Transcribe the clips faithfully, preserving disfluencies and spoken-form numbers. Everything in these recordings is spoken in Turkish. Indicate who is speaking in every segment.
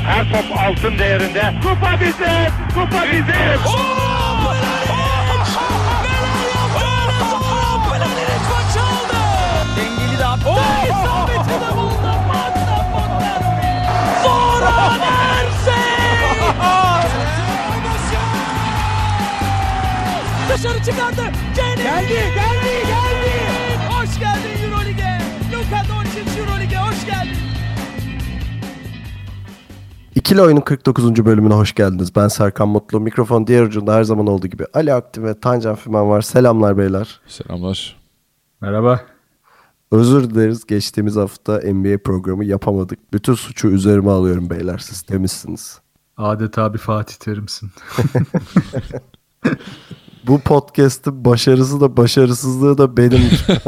Speaker 1: Her top altın değerinde. Kupa bizim, kupa bizim.
Speaker 2: Oh, Mladenovic maçı aldı. Dengeli de attı. İsabeti de buldu. Magda Fonterovic. Zoran Ersin. Dışarı çıkardı. Geldi, geldi, geldi. Hoş geldin Euroleague'e. Luka Doncic Euroleague'e hoş geldin.
Speaker 3: İkili Oyun'un kırk dokuzuncu bölümüne hoş geldiniz. Ben Serkan Mutlu. Mikrofon diğer ucunda her zaman olduğu gibi Ali Aktif ve Tancan Fümen var. Selamlar beyler.
Speaker 4: Selamlar.
Speaker 5: Merhaba.
Speaker 3: Özür dileriz. Geçtiğimiz hafta N B A programı yapamadık. Bütün suçu üzerime alıyorum beyler. Siz temizsiniz.
Speaker 5: Adeta bir Fatih Terim'sin.
Speaker 3: Bu podcast'ın başarısı da başarısızlığı da benim.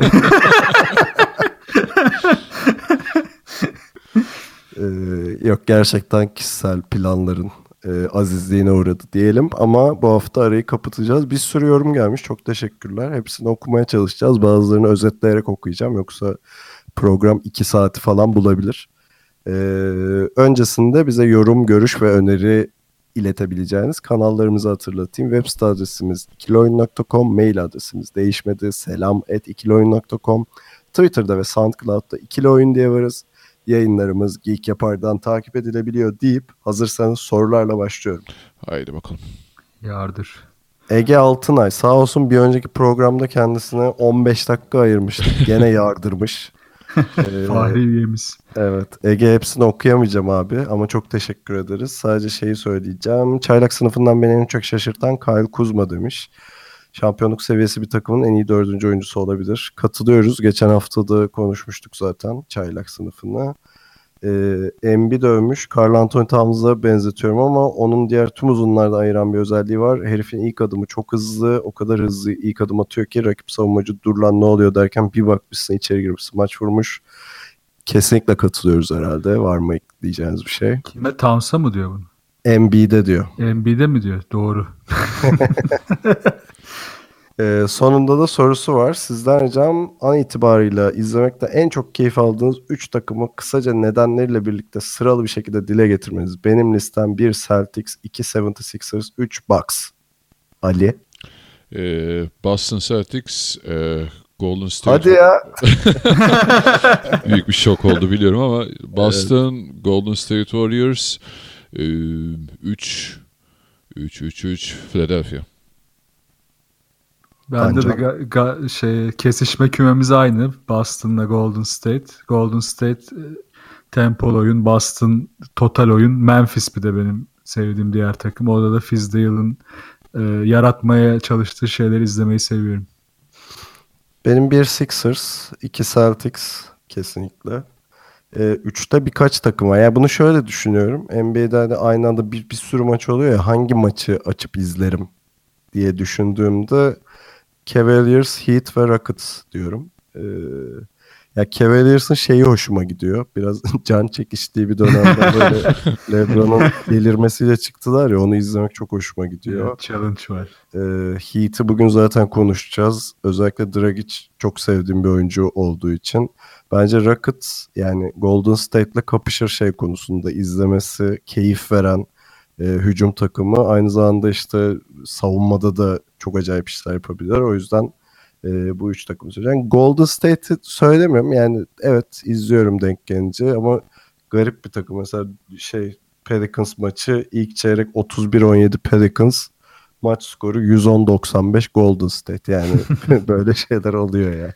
Speaker 3: ee, yok gerçekten kişisel planların e, azizliğine uğradı diyelim. Ama bu hafta arayı kapatacağız. Bir sürü yorum gelmiş. Çok teşekkürler. Hepsini okumaya çalışacağız. Bazılarını özetleyerek okuyacağım. Yoksa program iki saati falan bulabilir. Ee, öncesinde bize yorum, görüş ve öneri iletebileceğiniz kanallarımızı hatırlatayım. Web site adresimiz ikiloyun nokta com, mail adresimiz değişmedi. selam at ikiloyun nokta com. Twitter'da ve SoundCloud'da ikili oyun diye varız. Yayınlarımız Geek Yapar'dan takip edilebiliyor deyip hazırsanız sorularla başlıyorum.
Speaker 4: Haydi bakalım.
Speaker 5: Yardır.
Speaker 3: Ege Altınay sağ olsun bir önceki programda kendisine on beş dakika ayırmıştık. Gene yardırmış. ee,
Speaker 5: Fahri üyemiz.
Speaker 3: Evet. Ege hepsini okuyamayacağım abi ama çok teşekkür ederiz. Sadece şeyi söyleyeceğim. Çaylak sınıfından beni en çok şaşırtan Kyle Kuzma demiş. Şampiyonluk seviyesi bir takımın en iyi dördüncü oyuncusu olabilir. Katılıyoruz. Geçen hafta da konuşmuştuk zaten Çaylak sınıfına. Ee, Embiid dövmüş. Karl Anthony Towns'a benzetiyorum ama onun diğer tüm uzunlardan ayıran bir özelliği var. Herifin ilk adımı çok hızlı. O kadar hızlı ilk adım atıyor ki rakip savunmacı dur lan ne oluyor derken bir bakmışsın içeri girip smaç vurmuş. Kesinlikle katılıyoruz herhalde. Var mı ekleyeceğiniz bir şey?
Speaker 5: Kime? Towns'a mı diyor bunu?
Speaker 3: Embiid'e diyor.
Speaker 5: Embiid'e mi diyor? Doğru.
Speaker 3: Ee, sonunda da sorusu var. Sizden ricam an itibarıyla izlemekte en çok keyif aldığınız üç takımı kısaca nedenleriyle birlikte sıralı bir şekilde dile getirmeniz. Benim listem bir Celtics, iki yetmiş altı ers, üç Bucks. Ali?
Speaker 4: Ee, Boston Celtics, e, Golden State.
Speaker 3: Hadi ya.
Speaker 4: Büyük bir şok oldu biliyorum ama Boston, evet. Golden State Warriors, üç üç üç üç Philadelphia.
Speaker 5: Bende de ga- ga- şey kesişme kümemiz aynı. Boston'la Golden State. Golden State e, tempolu oyun, Boston total oyun, Memphis bir de benim sevdiğim diğer takım. Orada da Fizdale'ın e, yaratmaya çalıştığı şeyleri izlemeyi seviyorum.
Speaker 3: Benim bir Sixers, iki Celtics kesinlikle. E, üçte birkaç takım var. Yani bunu şöyle düşünüyorum. N B A'de de aynı anda bir, bir sürü maç oluyor ya, hangi maçı açıp izlerim diye düşündüğümde Cavaliers, Heat ve Rockets diyorum. Ee, ya Cavaliers'ın şeyi hoşuma gidiyor. Biraz can çekiştiği bir dönemde böyle LeBron'un delirmesiyle çıktılar ya, onu izlemek çok hoşuma gidiyor.
Speaker 5: Evet, challenge var.
Speaker 3: Ee, Heat'i bugün zaten konuşacağız. Özellikle Dragic çok sevdiğim bir oyuncu olduğu için. Bence Rockets yani Golden State'le kapışır şey konusunda, izlemesi keyif veren e, hücum takımı. Aynı zamanda işte savunmada da çok acayip işler yapabilir. O yüzden e, bu üç takımı söyleyeceğim. Golden State'i söylemiyorum. Yani evet izliyorum denk gelince ama garip bir takım. Mesela şey Pelicans maçı ilk çeyrek otuz bir on yedi Pelicans, maç skoru yüz on doksan beş Golden State. Yani böyle şeyler oluyor yani.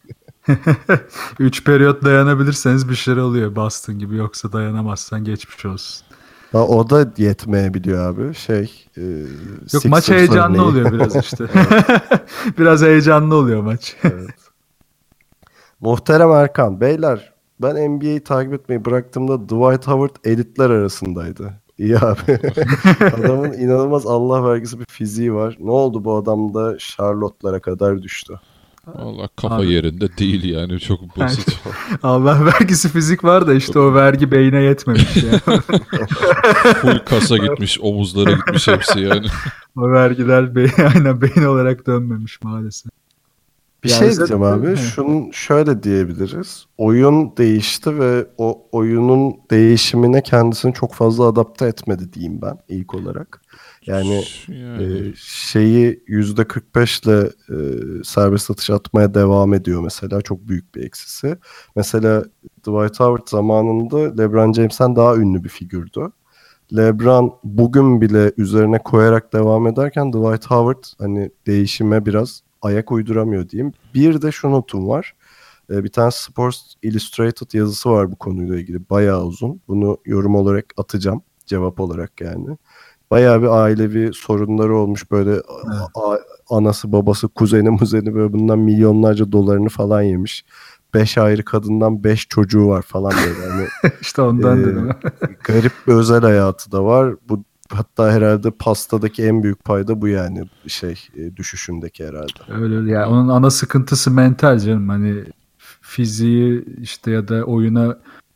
Speaker 5: üç periyot dayanabilirseniz bir şeyler oluyor Boston gibi, yoksa dayanamazsan geçmiş olsun.
Speaker 3: Ha, o da yetmeyebiliyor abi. Şey, e,
Speaker 5: Yok, maç heyecanlı örneği oluyor biraz işte. Biraz heyecanlı oluyor maç.
Speaker 3: Evet. Muhterem Erkan, beyler ben N B A'yi takip etmeyi bıraktığımda Dwight Howard editler arasındaydı. İyi abi. Adamın inanılmaz Allah vergisi bir fiziği var. Ne oldu bu adamda Charlotte'lara kadar düştü.
Speaker 4: Vallahi kafa
Speaker 5: abi
Speaker 4: yerinde değil yani, çok basit.
Speaker 5: Allah vergisi fizik var da işte o vergi beyne yetmemiş ya.
Speaker 4: Full kasa gitmiş, omuzlara gitmiş hepsi yani.
Speaker 5: O vergiler be- aynen beyin olarak dönmemiş maalesef.
Speaker 3: Bir
Speaker 5: Ya
Speaker 3: şey
Speaker 5: özellikle-
Speaker 3: diyeceğim abi.
Speaker 5: Hı.
Speaker 3: Şunun şöyle diyebiliriz. Oyun değişti ve o oyunun değişimine kendisini çok fazla adapte etmedi diyeyim ben ilk olarak. Yani
Speaker 4: Yani.
Speaker 3: e, şeyi yüzde kırk beşle e, serbest atış atmaya devam ediyor mesela. Çok büyük bir eksisi. Mesela Dwight Howard zamanında LeBron James'ten daha ünlü bir figürdü. LeBron bugün bile üzerine koyarak devam ederken Dwight Howard hani değişime biraz ayak uyduramıyor diyeyim. Bir de şu notum var. Ee, bir tane Sports Illustrated yazısı var bu konuyla ilgili. Bayağı uzun. Bunu yorum olarak atacağım. Cevap olarak yani. Bayağı bir ailevi sorunları olmuş. Böyle a- a- anası babası kuzeni muzeni böyle bundan milyonlarca dolarını falan yemiş. Beş ayrı kadından beş çocuğu var falan böyle. Hani
Speaker 5: İşte ondan
Speaker 3: Ee,
Speaker 5: dedim.
Speaker 3: garip bir özel hayatı da var. Bu hatta herhalde pastadaki en büyük payda bu yani şey e, düşüşündeki herhalde.
Speaker 5: Öyle öyle. Yani onun ana sıkıntısı mental canım. Hani fiziği işte ya da oyuna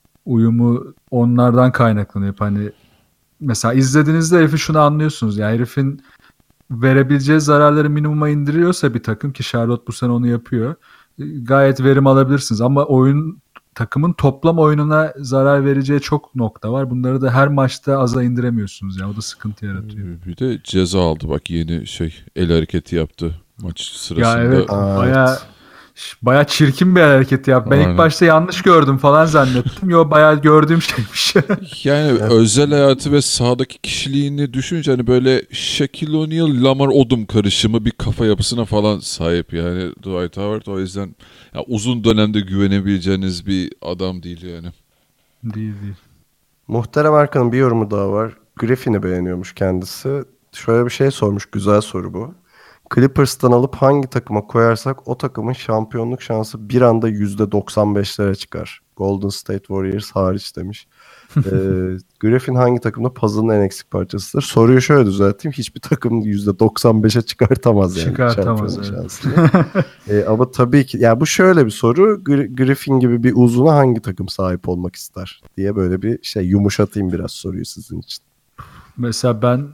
Speaker 5: uyumu onlardan kaynaklanıyor. Hep hani mesela izlediğinizde herifi şunu anlıyorsunuz. Yani herifin verebileceği zararları minimuma indiriyorsa bir takım ki Charlotte bu sene onu yapıyor. Gayet verim alabilirsiniz ama oyun takımın toplam oyununa zarar vereceği çok nokta var. Bunları da her maçta aza indiremiyorsunuz. Yani o da sıkıntı yaratıyor.
Speaker 4: Bir de ceza aldı bak yeni şey el hareketi yaptı maç sırasında.
Speaker 5: Ya evet
Speaker 3: Aa,
Speaker 5: baya
Speaker 3: evet.
Speaker 5: baya çirkin bir hareket yaptı. Ben
Speaker 4: Aynen.
Speaker 5: ilk başta yanlış gördüm falan zannettim. Yo bayağı gördüğüm şeymiş.
Speaker 4: Yani özel hayatı ve sahadaki kişiliğini düşününce hani böyle Shaquille O'Neal, Lamar Odom karışımı bir kafa yapısına falan sahip yani Dwight Howard. O yüzden ya uzun dönemde güvenebileceğiniz bir adam değil yani.
Speaker 5: değil değil.
Speaker 3: Muhterem Erkan'ın bir yorumu daha var. Griffin'i beğeniyormuş kendisi. Şöyle bir şey sormuş. Güzel soru bu. Clippers'tan alıp hangi takıma koyarsak o takımın şampiyonluk şansı bir anda yüzde doksan beşlere çıkar. Golden State Warriors hariç demiş. ee, Griffin hangi takımda puzzle'ın en eksik parçasıdır? Soruyu şöyle düzelteyim. Hiçbir takım yüzde doksan beşe çıkartamaz yani.
Speaker 5: Çıkartamaz,
Speaker 3: şampiyonluk
Speaker 5: evet.
Speaker 3: şansını. Ee, ama tabii ki ya bu şöyle bir soru. Gr- Griffin gibi bir uzuna hangi takım sahip olmak ister diye böyle bir şey yumuşatayım biraz soruyu sizin için.
Speaker 5: Mesela ben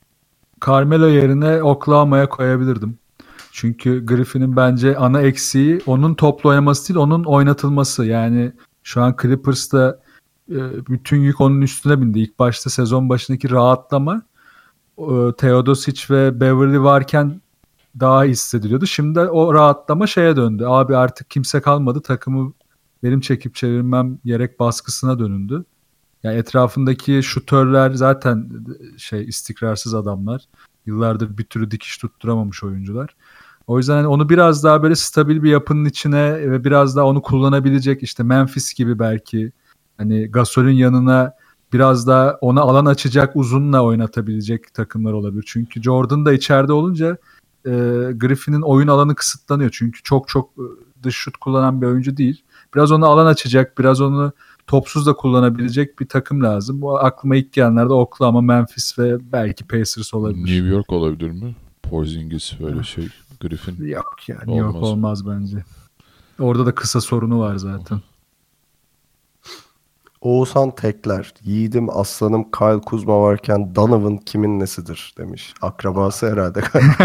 Speaker 5: Carmelo yerine Oklahoma'ya koyabilirdim. Çünkü Griffin'in bence ana eksiği onun toplu oynaması değil, onun oynatılması. Yani şu an Clippers'ta e, bütün yük onun üstüne bindi. İlk başta sezon başındaki rahatlama e, Teodosic ve Beverly varken daha iyi hissediliyordu. Şimdi o rahatlama şeye döndü. Abi artık kimse kalmadı. Takımı benim çekip çevirmem gerek baskısına dönündü. Yani etrafındaki şutörler zaten şey istikrarsız adamlar. Yıllardır bir türlü dikiş tutturamamış oyuncular. O yüzden hani onu biraz daha böyle stabil bir yapının içine ve biraz daha onu kullanabilecek işte Memphis gibi belki hani Gasol'ün yanına biraz daha ona alan açacak uzunla oynatabilecek takımlar olabilir. Çünkü Jordan da içeride olunca e, Griffin'in oyun alanı kısıtlanıyor. Çünkü çok çok dış şut kullanan bir oyuncu değil. Biraz onu alan açacak, biraz onu topsuz da kullanabilecek bir takım lazım. Bu aklıma ilk gelenlerde Oklahoma, Memphis ve belki Pacers olabilir.
Speaker 4: New York olabilir mi? Porzingis böyle şey. Griffin.
Speaker 5: Yok yani New York
Speaker 4: Olmaz.
Speaker 5: olmaz bence. Orada da kısa sorunu var zaten.
Speaker 3: Oğuzhan Tekler, yiğidim aslanım Kyle Kuzma varken Donovan kimin nesidir demiş. Akrabası herhalde.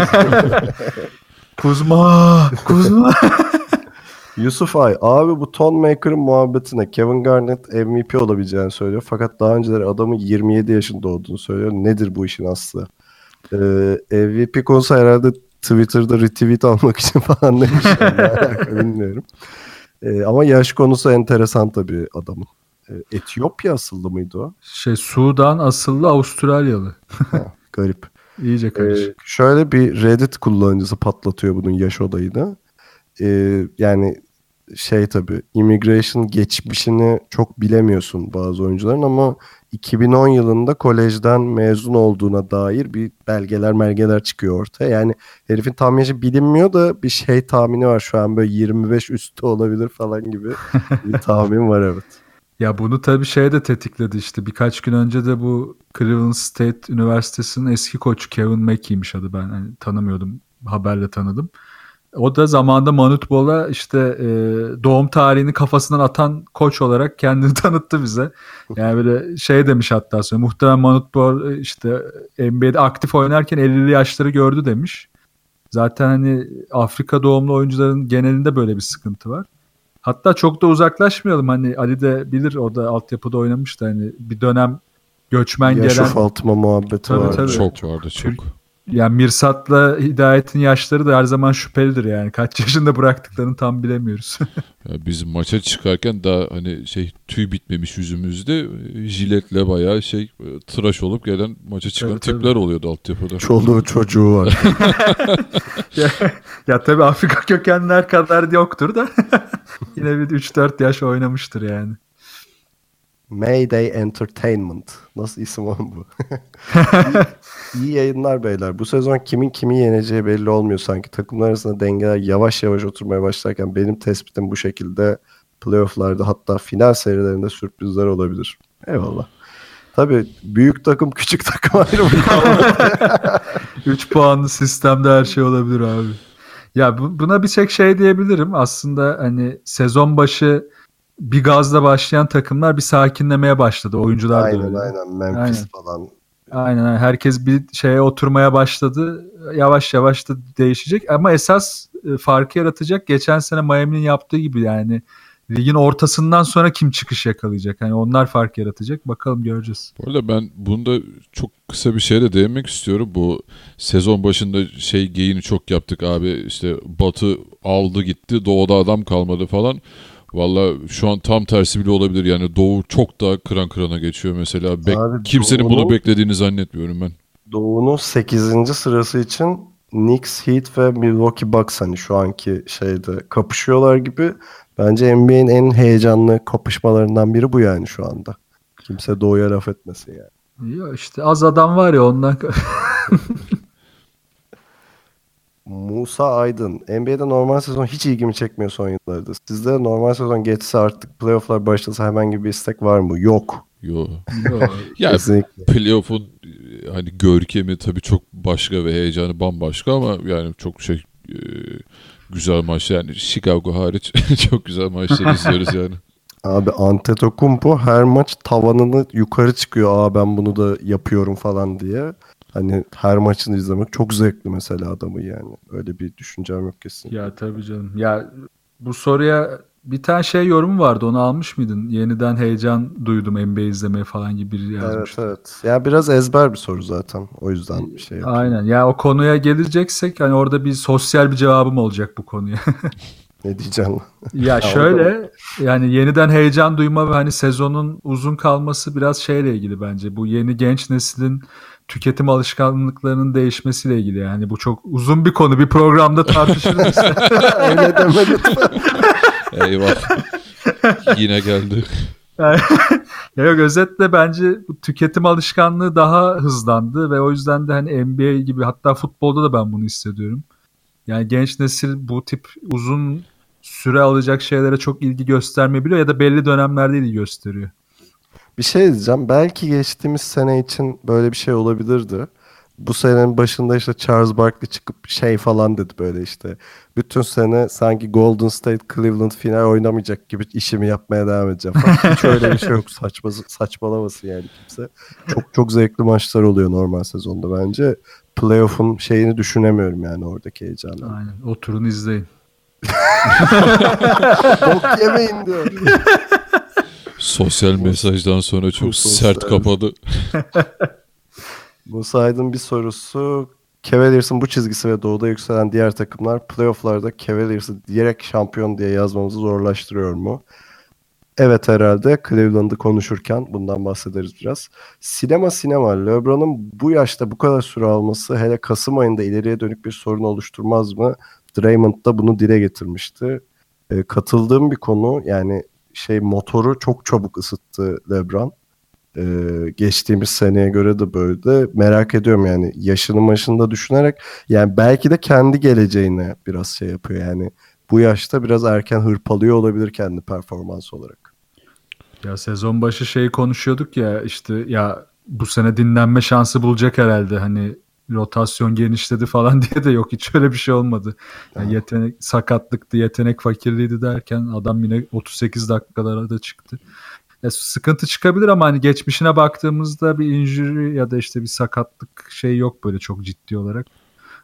Speaker 5: Kuzma! Kuzma!
Speaker 3: Yusuf Ay, abi bu Ton Maker'ın muhabbetine Kevin Garnett M V P olabileceğini söylüyor. Fakat daha önceleri adamın yirmi yedi yaşında olduğunu söylüyor. Nedir bu işin aslı? Ee, M V P konusu herhalde Twitter'da retweet almak için falan demiş. Yani, ne alaka bilmiyorum. Ee, ama yaş konusu enteresan tabii adamın. Ee, Etiyopya asıllı mıydı o?
Speaker 5: Şey Sudan asıllı Avustralyalı.
Speaker 3: Ha, garip.
Speaker 5: İyice karışık.
Speaker 3: Ee, şöyle bir Reddit kullanıcısı patlatıyor bunun yaş olayını. Ee, yani şey tabii immigration geçmişini çok bilemiyorsun bazı oyuncuların ama iki bin on yılında kolejden mezun olduğuna dair bir belgeler mergeler çıkıyor ortaya. Yani herifin tam yaşı bilinmiyor da bir şey tahmini var şu an böyle yirmi beş üstü olabilir falan gibi bir tahmin var evet.
Speaker 5: Ya bunu tabii şey de tetikledi işte. Birkaç gün önce de bu Cleveland State Üniversitesi'nin eski koçu Kevin Mackey'miş adı, ben hani tanımıyordum. Haberle tanıdım. O da zamanında Manute Bol'a işte e, doğum tarihini kafasından atan koç olarak kendini tanıttı bize. Yani böyle şey demiş hatta sonra muhtemelen Manute Bol işte N B A'de aktif oynarken ellili yaşları gördü demiş. Zaten hani Afrika doğumlu oyuncuların genelinde böyle bir sıkıntı var. Hatta çok da uzaklaşmayalım. Hani Ali de bilir, o da altyapıda oynamıştı. Hani bir dönem göçmen
Speaker 3: Yaş
Speaker 5: gelen...
Speaker 3: ufaltma muhabbeti
Speaker 5: Tabii,
Speaker 3: var.
Speaker 5: tabii.
Speaker 4: Çok vardı çok.
Speaker 5: Yani Mirsat'la Hidayet'in yaşları da her zaman şüphelidir yani. Kaç yaşında bıraktıklarını tam bilemiyoruz.
Speaker 4: Ya biz maça çıkarken daha hani şey tüy bitmemiş yüzümüzde jiletle bayağı şey tıraş olup gelen maça çıkan
Speaker 5: Tabii,
Speaker 4: tipler
Speaker 5: tabii.
Speaker 4: oluyordu altyapıda.
Speaker 3: Çoluğu çocuğu var.
Speaker 5: ya, ya tabii Afrika kökenler kadar yoktur da yine bir üç dört yaş oynamıştır yani.
Speaker 3: Mayday Entertainment. Nasıl isim oğlum bu? iyi, iyi yayınlar beyler. Bu sezon kimin kimi yeneceği belli olmuyor sanki. Takımlar arasında dengeler yavaş yavaş oturmaya başlarken benim tespitim bu şekilde playofflarda, hatta final serilerinde sürprizler olabilir. Eyvallah. Tabii büyük takım küçük takım ayrımı kalmadı.
Speaker 5: üç puanlı sistemde her şey olabilir abi. Ya bu, buna bir tek şey diyebilirim. Aslında hani sezon başı bir gazla başlayan takımlar bir sakinlemeye başladı. Oyuncular da
Speaker 3: Aynen
Speaker 5: öyle.
Speaker 3: aynen. Memphis
Speaker 5: Aynen.
Speaker 3: falan.
Speaker 5: Aynen, aynen. Herkes bir şeye oturmaya başladı. Yavaş yavaş da değişecek. Ama esas e, farkı yaratacak geçen sene Miami'nin yaptığı gibi yani. Ligin ortasından sonra kim çıkış yakalayacak? Yani onlar fark yaratacak. Bakalım, göreceğiz.
Speaker 4: Bu arada ben bunda çok kısa bir şeye de değinmek istiyorum. Bu sezon başında şey geyini çok yaptık abi. İşte Batı aldı gitti, Doğu'da adam kalmadı falan. Valla şu an tam tersi bile olabilir. Yani Doğu çok daha kıran kırana geçiyor mesela. Bek-
Speaker 3: Abi
Speaker 4: kimsenin
Speaker 3: Doğu'nun-
Speaker 4: bunu beklediğini zannetmiyorum ben.
Speaker 3: Doğu'nun sekizinci sırası için Knicks, Heat ve Milwaukee Bucks hani şu anki şeyde kapışıyorlar gibi. Bence N B A'in en heyecanlı kapışmalarından biri bu yani şu anda. Kimse Doğu'ya laf etmesin yani.
Speaker 5: Ya işte az adam var ya ondan.
Speaker 3: Musa Aydın. N B A'de normal sezon hiç ilgimi çekmiyor son yıllarda. Sizde normal sezon geçse, artık playofflar başlasa hemen gibi bir istek var mı? Yok.
Speaker 4: Yo.
Speaker 5: Yok.
Speaker 4: Ya
Speaker 3: Kesinlikle.
Speaker 4: playoff'un e, hani görkemi tabii çok başka ve heyecanı bambaşka ama yani çok şey e, güzel maç yani Chicago hariç çok güzel maçlar izliyoruz yani.
Speaker 3: Abi Antetokounmpo her maç tavanını yukarı çıkıyor. Aa ben bunu da yapıyorum falan diye. Hani her maçını izlemek çok zevkli mesela adamı yani. Öyle bir düşüncem yok kesin.
Speaker 5: Ya tabii canım. Ya bu soruya bir tane şey yorum vardı. Onu almış mıydın? Yeniden heyecan duydum N B A izlemeye falan gibi biri yazmış.
Speaker 3: Evet evet. Ya biraz ezber bir soru zaten. O yüzden bir şey yapıyorum.
Speaker 5: Aynen. Ya o konuya geleceksek hani orada bir sosyal bir cevabım olacak bu konuya.
Speaker 3: Ne diyeceğim?
Speaker 5: Ya şöyle, yani yeniden heyecan duyma ve hani sezonun uzun kalması biraz şeyle ilgili bence. Bu yeni genç neslin tüketim alışkanlıklarının değişmesiyle ilgili. Yani bu çok uzun bir konu. Bir programda tartışırız.
Speaker 3: Öyle deme lütfen.
Speaker 4: Eyvah. Yine geldi.
Speaker 5: Ya yok, özetle bence bu tüketim alışkanlığı daha hızlandı ve o yüzden de hani N B A gibi, hatta futbolda da ben bunu hissediyorum. Yani genç nesil bu tip uzun süre alacak şeylere çok ilgi göstermeyebiliyor ya da belli dönemlerde ilgi gösteriyor.
Speaker 3: Bir şey diyeceğim. Belki geçtiğimiz sene için böyle bir şey olabilirdi. Bu senenin başında işte Charles Barkley çıkıp şey falan dedi böyle işte. Bütün sene sanki Golden State Cleveland final oynamayacak gibi işimi yapmaya devam edeceğim falan. Hiç öyle bir şey yok. Saçma, saçmalamasın yani kimse. Çok çok zevkli maçlar oluyor normal sezonda bence. Playoff'un şeyini düşünemiyorum yani oradaki heyecanı.
Speaker 5: Aynen. Oturun izleyin.
Speaker 3: Bok yemeyin diyor.
Speaker 4: Sosyal mesajdan sonra çok
Speaker 3: Sosyal.
Speaker 4: sert kapadı.
Speaker 3: Musa Aydın bir sorusu. Cavaliers'ın bu çizgisi ve doğuda yükselen diğer takımlar playoff'larda Cavaliers'ı direkt şampiyon diye yazmamızı zorlaştırıyor mu? Evet herhalde. Cleveland'ı konuşurken bundan bahsederiz biraz. Sinema sinema. LeBron'un bu yaşta bu kadar süre alması hele Kasım ayında ileriye dönük bir sorun oluşturmaz mı? Draymond da bunu dile getirmişti. E, katıldığım bir konu yani şey motoru çok çabuk ısıttı LeBron. Ee, geçtiğimiz seneye göre de böyle de merak ediyorum yani yaşını başında düşünerek yani belki de kendi geleceğine biraz şey yapıyor yani bu yaşta biraz erken hırpalıyor olabilir kendi performans olarak.
Speaker 5: Ya sezon başı şey konuşuyorduk ya işte, ya bu sene dinlenme şansı bulacak herhalde, hani rotasyon genişledi falan diye de yok, hiç öyle bir şey olmadı. Yani yetenek sakatlıktı, yetenek fakirliğiydi derken adam yine otuz sekiz dakikalara da çıktı. Ya sıkıntı çıkabilir ama hani geçmişine baktığımızda bir injury ya da işte bir sakatlık şey yok böyle çok ciddi olarak.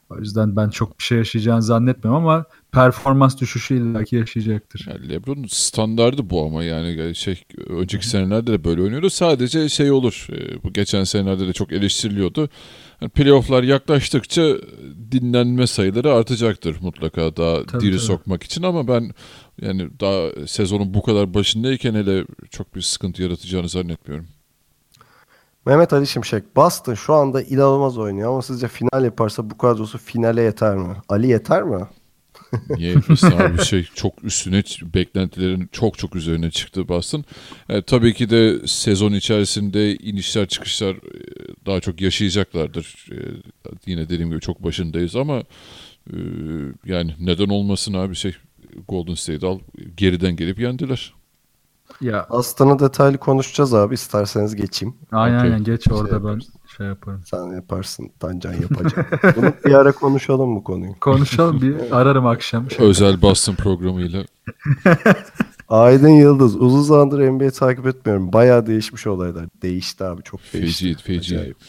Speaker 5: O yüzden ben çok bir şey yaşayacağını zannetmiyorum ama performans düşüşü illaki yaşayacaktır.
Speaker 4: Yani LeBron'un standardı bu ama yani şey önceki senelerde de böyle oynuyordu. Sadece şey olur. e, Bu geçen senelerde de çok eleştiriliyordu. Yani playoff'lar yaklaştıkça dinlenme sayıları artacaktır mutlaka daha
Speaker 5: Tabii,
Speaker 4: diri
Speaker 5: tabii.
Speaker 4: sokmak için ama ben yani daha sezonun bu kadar başındayken hele çok bir sıkıntı yaratacağını zannetmiyorum.
Speaker 3: Mehmet Ali Şimşek. Boston şu anda inanılmaz oynuyor ama sizce final yaparsa bu kadrosu finale yeter mi? Ali yeter mi?
Speaker 4: Niye etmesin abi şey çok üstüne beklentilerin çok çok üzerine çıktı Boston. E, tabii ki de sezon içerisinde inişler çıkışlar e, daha çok yaşayacaklardır. E, yine dediğim gibi çok başındayız ama e, yani neden olmasın abi şey Golden State al geriden gelip yendiler.
Speaker 5: Ya
Speaker 3: Boston'ı detaylı konuşacağız abi. İsterseniz geçeyim.
Speaker 5: aynen
Speaker 4: Okey.
Speaker 5: aynen geç orada ben
Speaker 3: yaparız.
Speaker 5: şey yaparım.
Speaker 3: Sen yaparsın. Tancan yapacak. Bunu bir ara konuşalım bu konuyu.
Speaker 5: Konuşalım bir ararım akşam. Şey.
Speaker 4: Özel Boston programıyla.
Speaker 3: Aydın Yıldız. Uzun zamandır N B A takip etmiyorum. Bayağı değişmiş olaylar. Değişti abi. Çok değişti.
Speaker 4: Feci, feci.
Speaker 3: Acayip.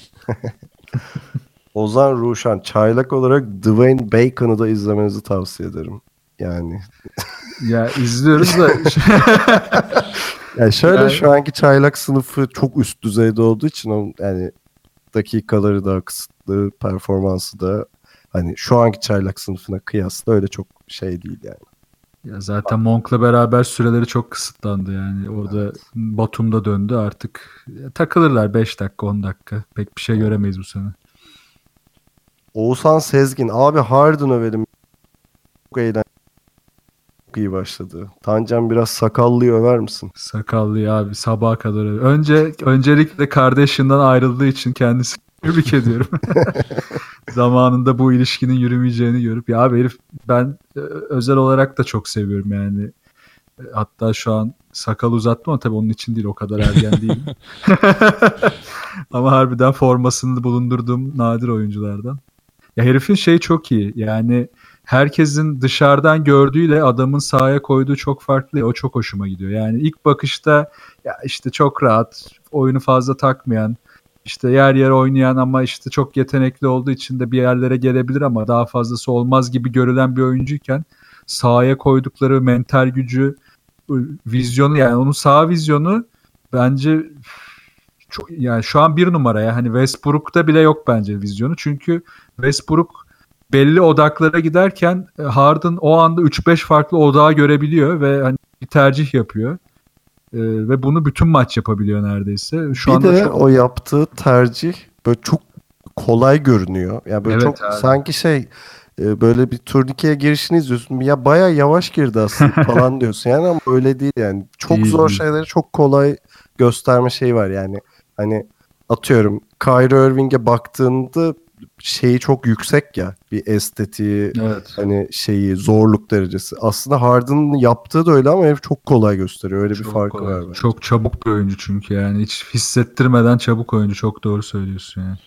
Speaker 3: Ozan Ruşan. Çaylak olarak Dwayne Bacon'ı da izlemenizi tavsiye ederim. Yani
Speaker 5: Ya izliyoruz da
Speaker 3: yani şöyle
Speaker 5: Yani-
Speaker 3: şu anki çaylak sınıfı çok üst düzeyde olduğu için o, yani dakikaları daha kısıtlı, performansı da hani şu anki çaylak sınıfına kıyasla öyle çok şey değil yani.
Speaker 5: ya zaten Monk'la beraber süreleri çok kısıtlandı yani. Orada Batum'da döndü artık. Ya takılırlar beş dakika on dakika. Pek bir şey göremeyiz bu sene.
Speaker 3: Oğuzhan Sezgin. Abi Harden övelim. Çok eğlenceli. Çok iyi başladı. Tancan biraz sakallıyı över misin?
Speaker 5: Sakallı abi sabaha kadar. öyle. Önce öncelikle kardeşinden ayrıldığı için kendisini tebrik ediyorum. Zamanında bu ilişkinin yürümeyeceğini görüp ya abi herif ben e, özel olarak da çok seviyorum yani. E, Hatta şu an sakal uzattım ama tabii onun için değil o kadar ergen değilim. Ama harbiden formasını bulundurduğum nadir oyunculardan. Ya herifin şey çok iyi. Yani herkesin dışarıdan gördüğüyle adamın sahaya koyduğu çok farklı. O çok hoşuma gidiyor. Yani ilk bakışta ya işte çok rahat, oyunu fazla takmayan, işte yer yer oynayan ama işte çok yetenekli olduğu için de bir yerlere gelebilir ama daha fazlası olmaz gibi görülen bir oyuncuyken sahaya koydukları mental gücü, vizyonu yani onun sağ vizyonu bence çok, yani şu an bir numara ya. Hani Westbrook'ta bile yok bence vizyonu. Çünkü Westbrook belli odaklara giderken e, Harden o anda üç beş farklı odağı görebiliyor ve hani bir tercih yapıyor. E, ve bunu bütün maç yapabiliyor neredeyse. Şu
Speaker 3: bir
Speaker 5: anda
Speaker 3: de
Speaker 5: çok-
Speaker 3: o yaptığı tercih böyle çok kolay görünüyor. Yani böyle
Speaker 5: Evet
Speaker 3: çok
Speaker 5: abi.
Speaker 3: sanki şey e, böyle bir turnikeye girişini izliyorsun. Ya bayağı yavaş girdi aslında falan diyorsun. Yani ama öyle değil yani. Çok
Speaker 5: Değil,
Speaker 3: zor
Speaker 5: değil.
Speaker 3: şeyleri çok kolay gösterme şeyi var yani. Hani atıyorum Kyrie Irving'e baktığında şeyi çok yüksek ya. Bir estetiği,
Speaker 5: evet.
Speaker 3: hani şeyi, zorluk derecesi. Aslında Harden'ın yaptığı da öyle ama herif çok kolay gösteriyor. Öyle bir
Speaker 5: Çok
Speaker 3: farkı
Speaker 5: kolay.
Speaker 3: var. bence.
Speaker 5: Çok çabuk bir oyuncu çünkü yani hiç hissettirmeden çabuk oyuncu. Çok doğru söylüyorsun yani.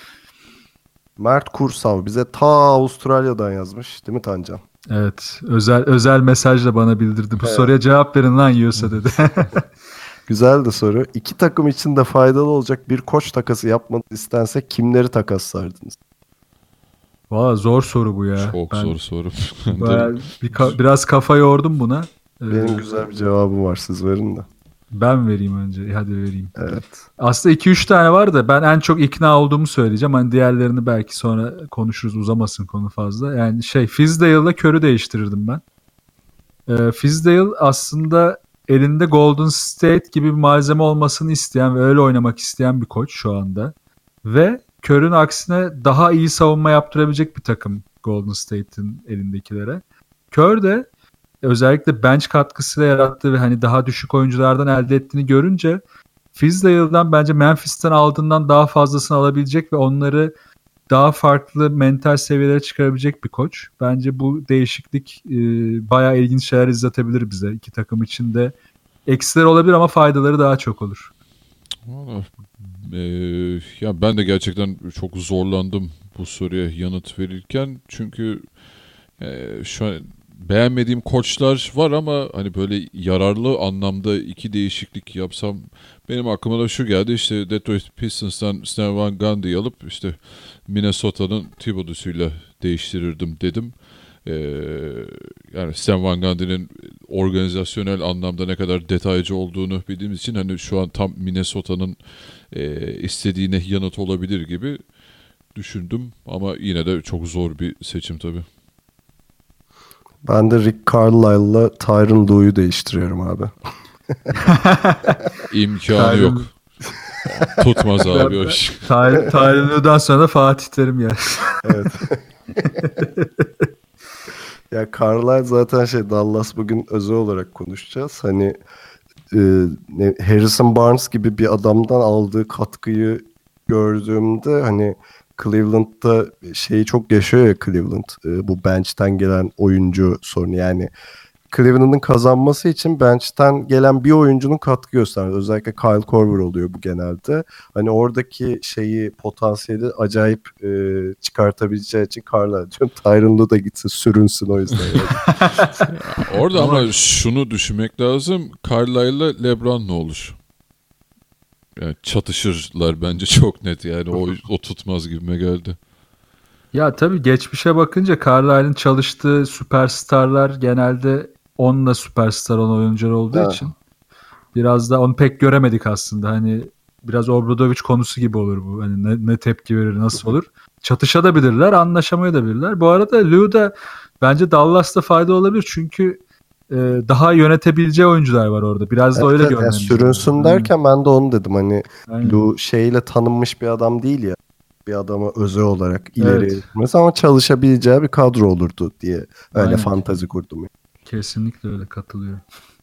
Speaker 3: Mert Kursav bize ta Avustralya'dan yazmış. Değil mi Tancan?
Speaker 5: Evet. Özel özel mesajla bana bildirdi. Bu
Speaker 3: Evet.
Speaker 5: soruya cevap verin lan yiyorsa dedi.
Speaker 3: Güzel de soru. İki takım için de faydalı olacak bir koç takası yapmanız istense kimleri takaslardınız?
Speaker 5: Valla zor soru bu ya.
Speaker 4: Çok
Speaker 5: Ben
Speaker 4: zor soru.
Speaker 5: bayağı bir ka- biraz kafa yordum buna. Ee,
Speaker 3: Benim güzel bir cevabım var. Siz verin de.
Speaker 5: Ben vereyim önce. Hadi vereyim.
Speaker 3: Evet.
Speaker 5: Aslında iki üç tane var da ben en çok ikna olduğumu söyleyeceğim. Hani diğerlerini belki sonra konuşuruz. Uzamasın konu fazla. Yani şey Fizdale'la Curry değiştirirdim ben. Ee, Fizdale aslında elinde Golden State gibi bir malzeme olmasını isteyen ve öyle oynamak isteyen bir koç şu anda. Ve Curry'nin aksine daha iyi savunma yaptırabilecek bir takım Golden State'in elindekilere. Curry de özellikle bench katkısıyla yarattığı ve hani daha düşük oyunculardan elde ettiğini görünce Fizdale'dan bence Memphis'ten aldığından daha fazlasını alabilecek ve onları daha farklı mental seviyelere çıkarabilecek bir koç. Bence bu değişiklik e, bayağı ilginç şeyler izletebilir bize. İki takım için de eksileri olabilir ama faydaları daha çok olur.
Speaker 4: Valla, eee, ya ben de gerçekten çok zorlandım bu soruya yanıt verirken çünkü eee, şu an beğenmediğim koçlar var ama hani böyle yararlı anlamda iki değişiklik yapsam benim aklıma da şu geldi işte Detroit Pistons'tan Stan Van Gundy'yi alıp işte Minnesota'nın Thibodeau'suyla değiştirirdim dedim. Ee, yani Stan Van Gundy'nin organizasyonel anlamda ne kadar detaycı olduğunu bildiğimiz için hani şu an tam Minnesota'nın e, istediğine yanıt olabilir gibi düşündüm ama yine de çok zor bir seçim tabii.
Speaker 3: Ben de Rick Carlisle'la Tyronn Lue'yu değiştiriyorum abi.
Speaker 4: İmkanı yok. Tutmaz abi o iş.
Speaker 5: Tyronn Lue'dan sonra da Fatih Terim ya.
Speaker 3: Evet. Ya Carlisle zaten şey Dallas bugün özel olarak konuşacağız. Hani e, ne, Harrison Barnes gibi bir adamdan aldığı katkıyı gördüğümde hani Cleveland'da şeyi çok yaşıyor ya Cleveland. E, bu bench'ten gelen oyuncu sorunu yani. Cleveland'ın kazanması için bench'ten gelen bir oyuncunun katkı göstermesi. Özellikle Kyle Korver oluyor bu genelde. Hani oradaki şeyi, potansiyeli acayip e, çıkartabileceği için Carlisle diyorum. Tyronn Lue da gitsin, sürünsün o yüzden. Yani.
Speaker 4: Orada ama şunu düşünmek lazım. Carlisle'la LeBron ne olur? Yani çatışırlar bence çok net yani. O, o tutmaz gibime geldi.
Speaker 5: Ya tabii geçmişe bakınca Carlisle'ın çalıştığı süperstarlar genelde onunla süperstar olan oyuncular olduğu
Speaker 3: Ha.
Speaker 5: için biraz da onu pek göremedik aslında. Hani biraz Obradovic konusu gibi olur bu. Hani ne, ne tepki verir, nasıl olur? Çatışabilirler, anlaşamayabilirler. Bu arada Lue da bence Dallas'ta fayda olabilir çünkü e, daha yönetebileceği oyuncular var orada. Biraz da
Speaker 3: Evet,
Speaker 5: öyle
Speaker 3: evet, yani
Speaker 5: görmemiz
Speaker 3: sürünsün
Speaker 5: lazım.
Speaker 3: derken ben de onu dedim. Hani
Speaker 5: Aynen.
Speaker 3: Lue şeyle tanınmış bir adam değil ya. Bir adama özel olarak ileri.
Speaker 5: Evet.
Speaker 3: Mesela ama çalışabileceği bir kadro olurdu diye öyle
Speaker 5: Aynen.
Speaker 3: fantazi kurdum.
Speaker 5: Kesinlikle öyle, katılıyorum.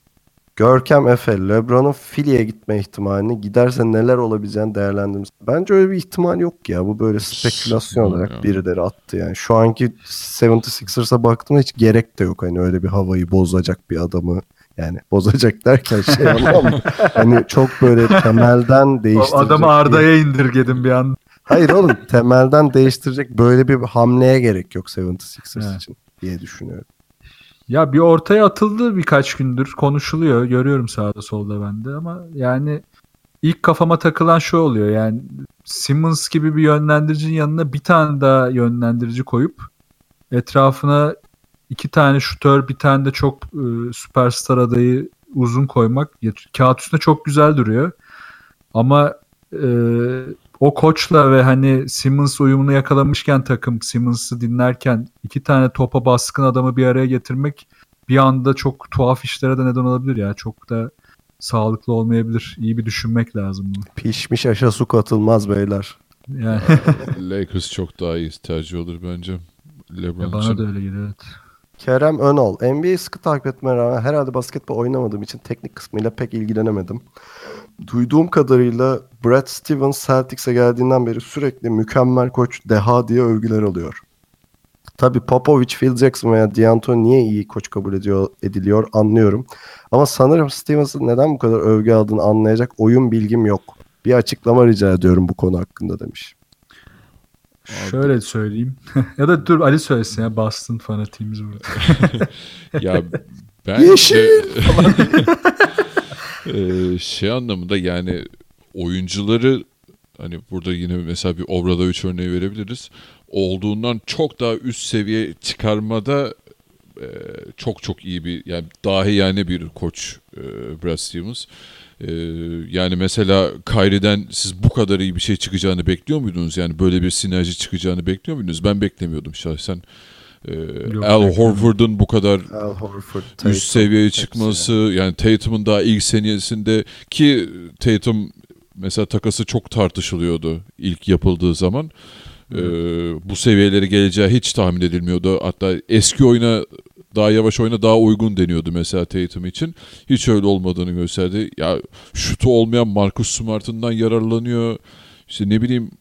Speaker 3: Görkem Efe, LeBron'un Philly'e gitme ihtimalini giderse neler olabileceğini değerlendirmiş. Bence öyle bir ihtimal yok ya. Bu böyle spekülasyon
Speaker 4: Yok
Speaker 3: olarak
Speaker 4: ya.
Speaker 3: birileri attı yani. Şu anki yedi seks'e baktığımda hiç gerek de yok. Hani öyle bir havayı bozacak bir adamı. Yani bozacak derken şey ama hani çok böyle temelden
Speaker 5: O
Speaker 3: değiştirecek.
Speaker 5: adamı
Speaker 3: bir-
Speaker 5: Arda'ya indirgedim bir an.
Speaker 3: Hayır oğlum temelden değiştirecek böyle bir hamleye gerek yok yedi seks'ers
Speaker 5: Evet.
Speaker 3: için diye düşünüyorum.
Speaker 5: Ya bir ortaya atıldı birkaç gündür. Konuşuluyor. Görüyorum sağda solda bende ama yani ilk kafama takılan şu oluyor. Yani Simmons gibi bir yönlendiricinin yanına bir tane daha yönlendirici koyup etrafına iki tane şutör, bir tane de çok e, süperstar adayı uzun koymak ya, kağıt üstünde çok güzel duruyor. Ama e, o koçla ve hani Simmons uyumunu yakalamışken takım Simmons'ı dinlerken iki tane topa baskın adamı bir araya getirmek bir anda çok tuhaf işlere de neden olabilir ya. Çok da sağlıklı olmayabilir. İyi bir düşünmek lazım bunu.
Speaker 3: Pişmiş aşa su katılmaz beyler.
Speaker 5: Yani
Speaker 4: Lakers çok daha iyi tercih olur bence. LeBron
Speaker 5: ya bana
Speaker 4: için.
Speaker 5: da öyle geliyor. Evet.
Speaker 3: Kerem Önal. N B A'yi sıkı takip etmeye rağmen herhalde basketbol oynamadığım için teknik kısmıyla pek ilgilenemedim. Duyduğum kadarıyla Brad Stevens Celtics'e geldiğinden beri sürekli mükemmel koç, deha diye övgüler alıyor. Tabii Popovich, Phil Jackson veya D'Antoni niye iyi koç kabul ediyor, ediliyor anlıyorum. Ama sanırım Stevens'ın neden bu kadar övgü aldığını anlayacak oyun bilgim yok. Bir açıklama rica ediyorum bu konu hakkında demiş.
Speaker 5: Şöyle söyleyeyim. Ya da dur Ali söylesin ya. Boston fanatiyimiz burada.
Speaker 4: Ya ben
Speaker 3: Yeşil!
Speaker 4: Ee, şey anlamında yani oyuncuları hani burada yine mesela bir Obradovic örneği verebiliriz. Olduğundan çok daha üst seviye çıkarmada e, çok çok iyi bir yani dahi yani bir koç e, Brad Stevens. E, yani mesela Kyrie'den siz bu kadar iyi bir şey çıkacağını bekliyor muydunuz? Yani böyle bir sinerji çıkacağını bekliyor muydunuz? Ben beklemiyordum şahsen. E,
Speaker 5: Yok,
Speaker 4: Al
Speaker 5: beklemiyordum.
Speaker 4: Horford'un bu kadar
Speaker 3: Al Horford, Tatum,
Speaker 4: üst seviyeye
Speaker 3: hepsi
Speaker 4: çıkması yani Tatum'un daha ilk seviyesinde ki Tatum mesela takası çok tartışılıyordu ilk yapıldığı zaman. Ee, bu seviyelere geleceği hiç tahmin edilmiyordu. Hatta eski oyuna daha yavaş oyuna daha uygun deniyordu mesela Tatum için. Hiç öyle olmadığını gösterdi. Ya şutu olmayan Marcus Smart'ından yararlanıyor. İşte ne bileyim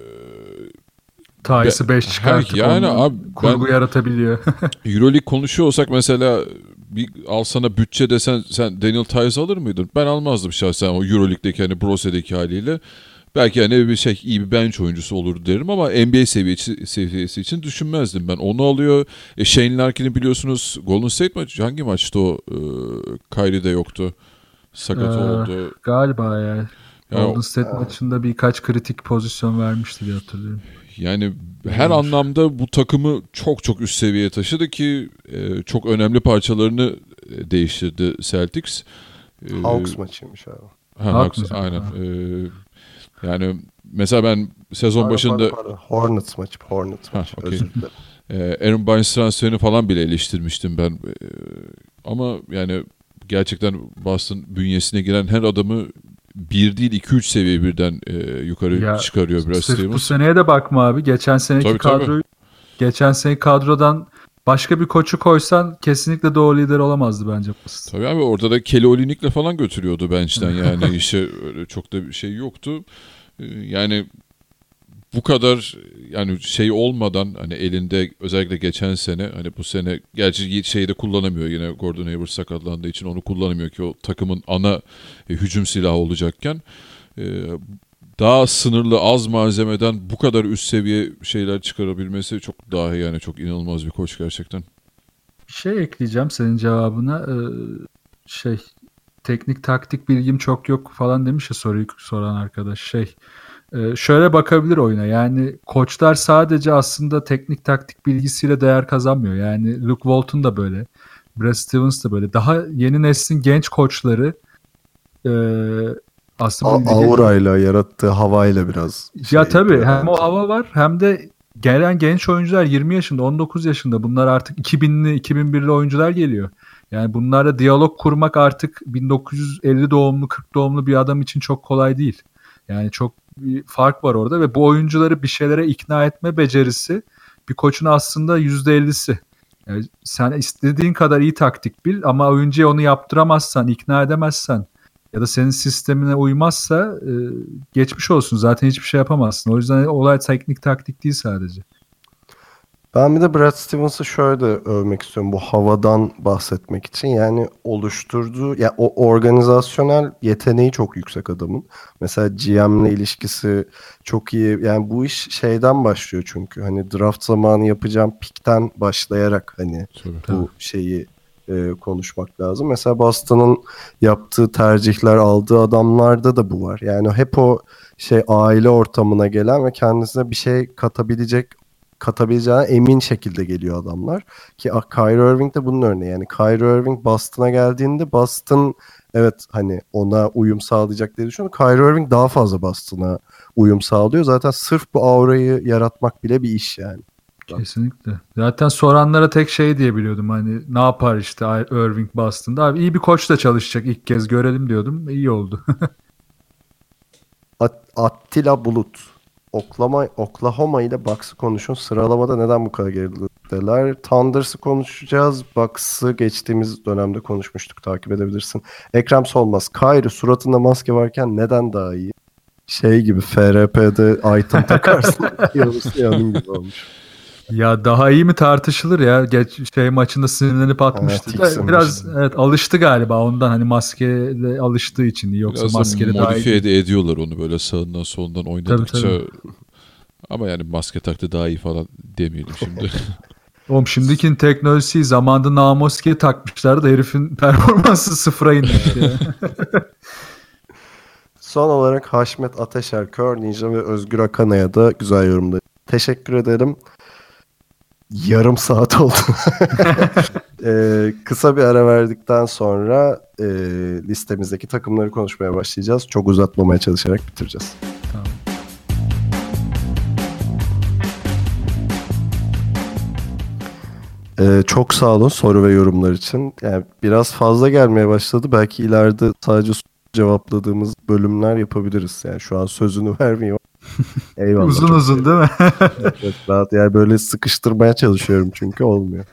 Speaker 5: Tyus'ı beş çıkartıp
Speaker 4: yani
Speaker 5: ondan
Speaker 4: abi
Speaker 5: kurgu
Speaker 4: ben-
Speaker 5: yaratabiliyor.
Speaker 4: Euroleague konuşuyor olsak mesela bir al sana bütçe desen sen Daniel Tice alır mıydın? Ben almazdım şahsen o Euroleague'deki hani Brose'deki haliyle. Belki hani bir şey iyi bir bench oyuncusu olur derim ama N B A seviyesi, seviyesi için düşünmezdim ben. Onu alıyor. E Shane Larkin'i biliyorsunuz Golden State maçı hangi maçtı o? Ee, Kyrie'de yoktu. Sakat
Speaker 5: Ee,
Speaker 4: oldu.
Speaker 5: Galiba ya.
Speaker 4: Yani,
Speaker 5: Golden State maçında birkaç kritik pozisyon vermişti diye hatırlıyorum.
Speaker 4: Yani her anlamda bu takımı çok çok üst seviyeye taşıdı ki e, çok önemli parçalarını e, değiştirdi Celtics. E,
Speaker 3: Hawks maçıymış abi.
Speaker 4: Ha,
Speaker 5: Hawks
Speaker 4: Hawks,
Speaker 5: maçı,
Speaker 4: aynen.
Speaker 5: ha.
Speaker 4: E, yani mesela ben sezon
Speaker 3: Pardon,
Speaker 4: başında
Speaker 3: pardon, pardon. Hornets maçı. Hornets
Speaker 4: Ha,
Speaker 3: maçı.
Speaker 4: okey.
Speaker 3: Özür dilerim.
Speaker 4: e, Aaron Barnes transferini falan bile eleştirmiştim ben. E, ama yani gerçekten Boston bünyesine giren her adamı bir değil iki üç seviye birden e, yukarı
Speaker 5: Ya,
Speaker 4: çıkarıyor Brad
Speaker 5: Sırf bu
Speaker 4: Stevens.
Speaker 5: seneye de bakma abi. Geçen seneki
Speaker 4: Tabii, tabii.
Speaker 5: kadroyu geçen seneki kadrodan başka bir koçu koysan kesinlikle doğru lider olamazdı bence.
Speaker 4: Tabii abi orada da Kelly Olynyk'le falan götürüyordu bench'ten yani işe öyle çok da bir şey yoktu. Ee, Yani bu kadar yani şey olmadan hani elinde özellikle geçen sene hani bu sene gerçi şeyi de kullanamıyor yine Gordon Hayward sakatlandığı için onu kullanamıyor ki o takımın ana e, hücum silahı olacakken e, daha sınırlı az malzemeden bu kadar üst seviye şeyler çıkarabilmesi çok daha yani çok inanılmaz bir koç gerçekten.
Speaker 5: Bir şey ekleyeceğim senin cevabına. Ee, şey teknik taktik bilgim çok yok falan demiş ya soruyu soran arkadaş. Şey e, şöyle bakabilir oyuna. Yani koçlar sadece aslında teknik taktik bilgisiyle değer kazanmıyor. Yani Luke Walton da böyle. Brad Stevens da böyle. Daha yeni neslin genç koçları e, aslında bu
Speaker 3: A-
Speaker 5: lige-
Speaker 3: aurayla, yarattığı havayla biraz.
Speaker 5: ya
Speaker 3: şey
Speaker 5: tabii
Speaker 3: yapıyor
Speaker 5: hem o
Speaker 3: bence.
Speaker 5: hava var hem de gelen genç oyuncular yirmi yaşında, on dokuz yaşında. Bunlar artık iki binli, iki bin birli oyuncular geliyor. Yani bunlarla diyalog kurmak artık bin dokuz yüz elli doğumlu, kırk doğumlu bir adam için çok kolay değil. Yani çok bir fark var orada ve bu oyuncuları bir şeylere ikna etme becerisi bir koçun aslında yüzde ellisi. Yani sen istediğin kadar iyi taktik bil ama oyuncuya onu yaptıramazsan, ikna edemezsen ya da senin sistemine uymazsa e, geçmiş olsun. Zaten hiçbir şey yapamazsın. O yüzden olay teknik taktik değil sadece.
Speaker 3: Ben bir de Brad Stevens'ı şöyle övmek istiyorum bu havadan bahsetmek için. Yani oluşturduğu, ya o organizasyonel yeteneği çok yüksek adamın. Mesela G M'le ilişkisi çok iyi. Yani bu iş şeyden başlıyor çünkü. Hani draft zamanı yapacağım pikten başlayarak hani
Speaker 4: Tabii.
Speaker 3: bu şeyi e, konuşmak lazım. Mesela Boston'ın yaptığı tercihler, aldığı adamlarda da bu var. Yani hep o şey aile ortamına gelen ve kendisine bir şey katabilecek katabileceğine emin şekilde geliyor adamlar. Ki Kyrie Irving de bunun örneği. Yani Kyrie Irving Boston'a geldiğinde Boston evet hani ona uyum sağlayacak diye düşünüyorum. Kyrie Irving daha fazla Boston'a uyum sağlıyor. Zaten sırf bu aurayı yaratmak bile bir iş yani.
Speaker 5: Kesinlikle. Zaten soranlara tek şey diye biliyordum. Hani ne yapar işte Irving Boston'da. Abi iyi bir koçla çalışacak ilk kez görelim diyordum. İyi oldu.
Speaker 3: At- Attila Bulut. Oklahoma, Oklahoma ile Bucks'ı konuşun. Sıralamada neden bu kadar gerideler? Thunders'ı konuşacağız. Bucks'ı geçtiğimiz dönemde konuşmuştuk. Takip edebilirsin. Ekrem Solmaz. Kyrie suratında maske varken neden daha iyi? Şey gibi F R P'de item takarsın. Yavrusu yanım gibi olmuş.
Speaker 5: Ya daha iyi mi tartışılır ya. Geç şey maçında sinirlenip atmıştı.
Speaker 3: Evet,
Speaker 5: Da
Speaker 3: tiksinmişti.
Speaker 5: biraz evet alıştı galiba ondan hani maskeyle alıştığı için. Yoksa
Speaker 4: Biraz da
Speaker 5: maskeli daha iyi.
Speaker 4: modifiye de ediyorlar onu böyle sağından solundan oynadıkça.
Speaker 5: Tabii,
Speaker 4: Ama yani maske taktı daha iyi falan demeyelim şimdi.
Speaker 5: Oğlum şimdikinin teknolojisi zamanında Namoski'ye takmışlardı da herifin performansı sıfıra inmiş ya.
Speaker 3: Son olarak Haşmet Ateşer, Kör Ninja ve Özgür Akana'ya da güzel yorumlar. Teşekkür ederim. Yarım saat oldu. ee, kısa bir ara verdikten sonra e, listemizdeki takımları konuşmaya başlayacağız. Çok uzatmamaya çalışarak bitireceğiz.
Speaker 5: Tamam.
Speaker 3: Ee, çok sağ olun soru ve yorumlar için. Yani biraz fazla gelmeye başladı. Belki ileride sadece cevapladığımız bölümler yapabiliriz. Yani şu an sözünü vermiyor. Eyvallah.
Speaker 5: Uzun
Speaker 3: Çok
Speaker 5: uzun değil mi?
Speaker 3: evet, rahat. Yani böyle sıkıştırmaya çalışıyorum çünkü olmuyor.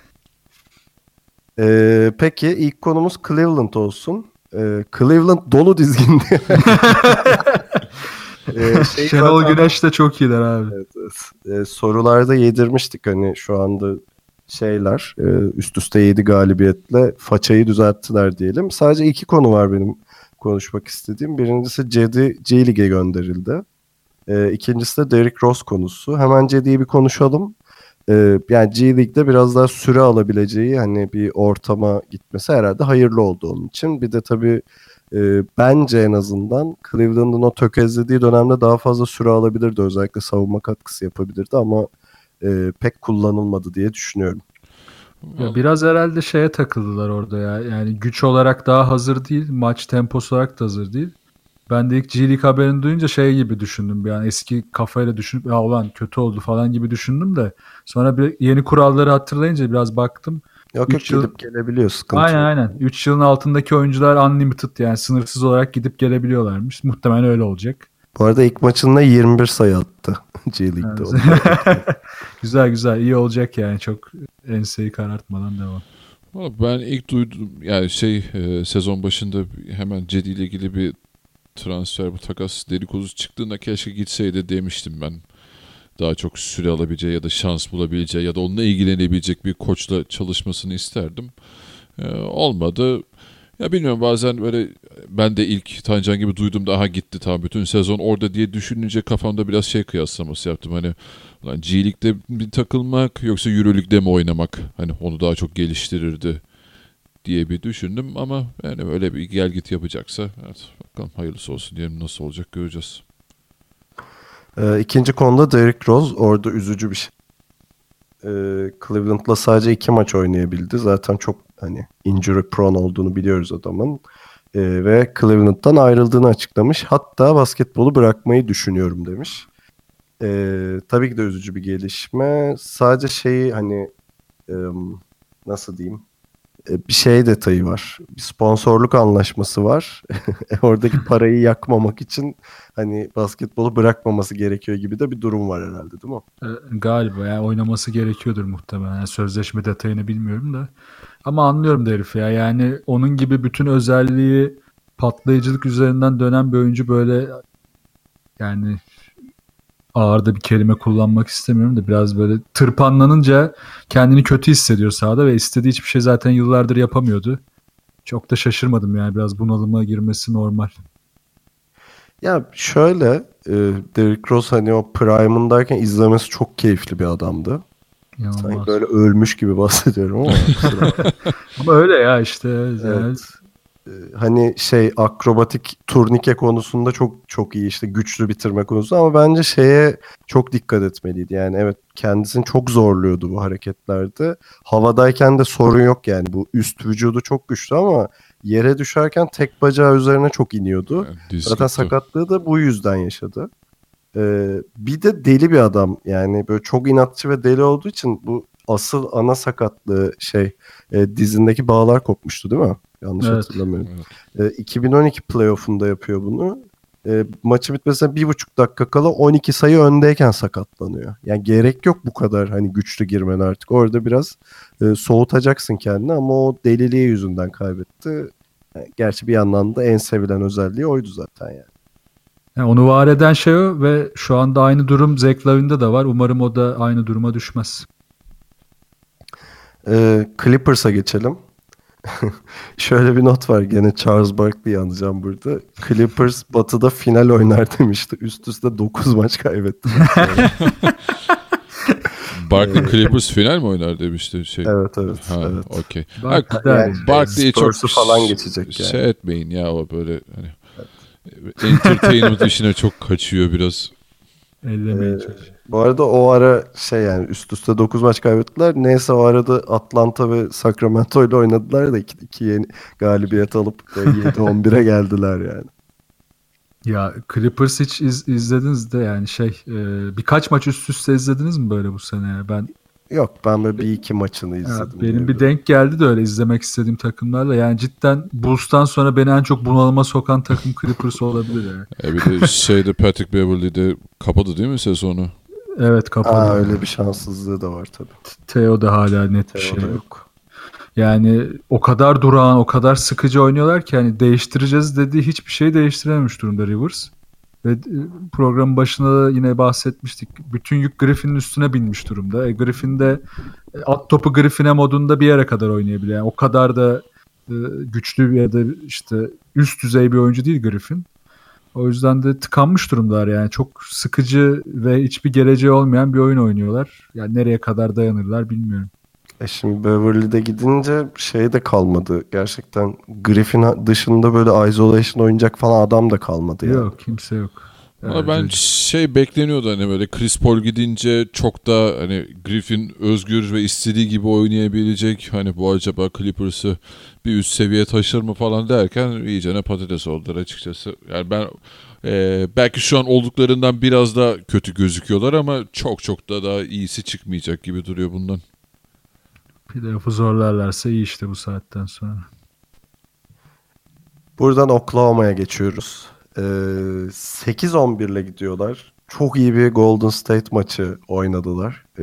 Speaker 3: Ee, peki ilk konumuz Cleveland olsun. Ee, Cleveland dolu dizgindi. ee, şey
Speaker 5: Şenol
Speaker 3: zaten-
Speaker 5: Güneş de çok iyiler abi.
Speaker 3: Evet, evet. Ee, sorularda yedirmiştik hani şu anda şeyler e, üst üste yedi galibiyetle façayı düzelttiler diyelim. Sadece iki konu var benim konuşmak istediğim. Birincisi Cedi G Lig'e gönderildi. E, ikincisi de Derrick Rose konusu. Hemen Cedi'yi bir konuşalım. E, yani G League'de biraz daha süre alabileceği hani bir ortama gitmesi herhalde hayırlı oldu onun için. Bir de tabii e, bence en azından Cleveland'ın o tökezlediği dönemde daha fazla süre alabilirdi. Özellikle savunma katkısı yapabilirdi ama e, pek kullanılmadı diye düşünüyorum.
Speaker 5: Ya biraz herhalde şeye takıldılar orada ya. Yani güç olarak daha hazır değil. Maç temposu olarak da hazır değil. Ben de ilk G League haberini duyunca şey gibi düşündüm. Yani eski kafayla düşünüp ya ulan kötü oldu falan gibi düşündüm de. Sonra bir yeni kuralları hatırlayınca biraz baktım.
Speaker 3: Yok yok
Speaker 5: Üç yıl-
Speaker 3: gidip gelebiliyor, sıkıntı
Speaker 5: Aynen
Speaker 3: yok.
Speaker 5: aynen. üç yılın altındaki oyuncular unlimited yani sınırsız olarak gidip gelebiliyorlarmış. Muhtemelen öyle olacak.
Speaker 3: Bu arada ilk maçında yirmi bir sayı attı G League'de. onu.
Speaker 5: Güzel güzel iyi olacak yani çok enseyi karartmadan devam.
Speaker 4: Valla ben ilk duydum yani şey e, sezon başında hemen Cedi ile ilgili bir transfer, bu takas dedikodusu çıktığında keşke gitseydi demiştim ben. Daha çok süre alabileceği ya da şans bulabileceği ya da onunla ilgilenebilecek bir koçla çalışmasını isterdim. E, olmadı. Ya bilmiyorum, bazen böyle ben de ilk Tancan gibi duydum da aha gitti tamam bütün sezon orada diye düşününce kafamda biraz şey kıyaslaması yaptım. Hani ulan G League'de bir takılmak yoksa Euroleague'de mi oynamak? Hani onu daha çok geliştirirdi diye bir düşündüm ama yani öyle bir gel git yapacaksa evet, bakalım hayırlısı olsun diyelim, nasıl olacak göreceğiz.
Speaker 3: Ee, ikinci konuda Derrick Rose, orada üzücü bir şey. Ee, Cleveland'la sadece iki maç oynayabildi. Zaten çok hani injury prone olduğunu biliyoruz adamın. Ee, ve Cleveland'dan ayrıldığını açıklamış. Hatta basketbolu bırakmayı düşünüyorum demiş. Ee, tabii ki de üzücü bir gelişme. Sadece şeyi hani em, nasıl diyeyim? Ee, bir şey detayı var. Bir sponsorluk anlaşması var. Oradaki parayı yakmamak için hani basketbolu bırakmaması gerekiyor gibi de bir durum var herhalde, değil mi?
Speaker 5: Ee, galiba yani oynaması gerekiyordur muhtemelen. Yani sözleşme detayını bilmiyorum da. Ama anlıyorum da herif ya. Yani onun gibi bütün özelliği patlayıcılık üzerinden dönen bir oyuncu böyle yani ağır da bir kelime kullanmak istemiyorum da biraz böyle tırpanlanınca kendini kötü hissediyor sahada ve istediği hiçbir şey zaten yıllardır yapamıyordu. Çok da şaşırmadım yani biraz bunalıma girmesi normal.
Speaker 3: Ya şöyle, e, Derrick Rose hani o prime'ındayken izlemesi çok keyifli bir adamdı. Sanki
Speaker 5: İnanılmaz.
Speaker 3: böyle ölmüş gibi bahsediyorum ama.
Speaker 5: Ama öyle ya işte. Yani
Speaker 3: Evet. Ee, Hani şey akrobatik turnike konusunda çok çok iyi, işte güçlü bitirme konusunda, ama bence şeye çok dikkat etmeliydi. Yani evet, kendisini çok zorluyordu bu hareketlerde. Havadayken de sorun yok yani, bu üst vücudu çok güçlü ama yere düşerken tek bacağı üzerine çok iniyordu.
Speaker 4: Yani diz
Speaker 3: Zaten
Speaker 4: gitti.
Speaker 3: sakatlığı da bu yüzden yaşadı. Ee, bir de deli bir adam yani, böyle çok inatçı ve deli olduğu için bu asıl ana sakatlığı şey e, dizindeki bağlar kopmuştu değil mi? Yanlış
Speaker 5: Evet.
Speaker 3: hatırlamıyorum.
Speaker 4: Evet.
Speaker 3: E, iki bin on iki playoff'unda yapıyor bunu. E, maçı bitmesine bir buçuk dakika kala on iki sayı öndeyken sakatlanıyor. Yani gerek yok bu kadar hani güçlü girmen artık. Orada biraz e, soğutacaksın kendini ama o deliliği yüzünden kaybetti. Yani gerçi bir yandan da en sevilen özelliği oydu zaten yani.
Speaker 5: Yani onu var eden şey o ve şu anda aynı durum Zach Lavine'de de var. Umarım o da aynı duruma düşmez.
Speaker 3: E, Clippers'a geçelim. Şöyle bir not var, gene Charles Barkley'i anacağım burada. Clippers batıda final oynar demişti. Üst üste dokuz maç kaybetti.
Speaker 4: Barkley Clippers final mi oynar demişti şey.
Speaker 3: Evet evet.
Speaker 4: Ha,
Speaker 3: evet.
Speaker 4: okey.
Speaker 5: Bak,
Speaker 4: Ha,
Speaker 5: güzel.
Speaker 3: Yani
Speaker 4: Barkley'i çok
Speaker 3: Spurs'u falan geçecek yani.
Speaker 4: şey etmeyin ya, o böyle hani entertainment işine çok kaçıyor biraz.
Speaker 5: Ellemeyin
Speaker 3: Ee,
Speaker 5: çocuğu.
Speaker 3: Bu arada o ara şey yani üst üste dokuz maç kaybettiler. Neyse o arada Atlanta ve Sacramento ile oynadılar da iki, iki yeni galibiyet alıp yedi on bire geldiler yani.
Speaker 5: Ya Clippers hiç iz, izlediniz de yani şey e, birkaç maç üst üste izlediniz mi böyle bu sene ya? Ben
Speaker 3: Yok, ben böyle bir iki maçını
Speaker 5: ya
Speaker 3: izledim.
Speaker 5: benim
Speaker 3: diyebilirim.
Speaker 5: bir denk geldi de öyle izlemek istediğim takımlarla yani cidden Bulls'tan sonra beni en çok bunalıma sokan takım Clippers olabilir yani.
Speaker 4: E bir de şeyde Patrick Beverley'de kapadı değil mi sezonu?
Speaker 5: Evet kapalı.
Speaker 3: Aa, öyle bir şanssızlığı da var tabii.
Speaker 5: Theo da hala net bir
Speaker 3: Theo
Speaker 5: şey
Speaker 3: da
Speaker 5: yok.
Speaker 3: yok.
Speaker 5: Yani o kadar durağan, o kadar sıkıcı oynuyorlar ki hani değiştireceğiz dediği hiçbir şey değiştirememiş durumda Rivers. Ve e, programın başında da yine bahsetmiştik. Bütün yük Griffin'in üstüne binmiş durumda. E, Griffin de e, at topu Griffin'e modunda bir yere kadar oynayabiliyor. Yani o kadar da e, güçlü ya da işte üst düzey bir oyuncu değil Griffin. O yüzden de tıkanmış durumdalar yani. Çok sıkıcı ve hiçbir geleceği olmayan bir oyun oynuyorlar. Yani nereye kadar dayanırlar bilmiyorum.
Speaker 3: E şimdi Beverly'de gidince şey de kalmadı. Gerçekten Griffin dışında böyle isolation oynayacak falan adam da kalmadı yani.
Speaker 5: Yok, kimse yok.
Speaker 4: Ama
Speaker 5: Evet,
Speaker 4: ben
Speaker 5: evet.
Speaker 4: şey bekleniyordu hani böyle Chris Paul gidince çok da hani Griffin özgür ve istediği gibi oynayabilecek. Hani bu acaba Clippers'ı bir üst seviye taşır mı falan derken iyicene patates oldular açıkçası. Yani ben e, belki şu an olduklarından biraz daha kötü gözüküyorlar ama çok çok da daha iyisi çıkmayacak gibi duruyor bundan.
Speaker 5: Playoff'u zorlarlarsa iyi işte bu saatten sonra.
Speaker 3: Buradan Oklahoma'ya geçiyoruz. Ee, sekiz on bir ile gidiyorlar. Çok iyi bir Golden State maçı oynadılar. Ee,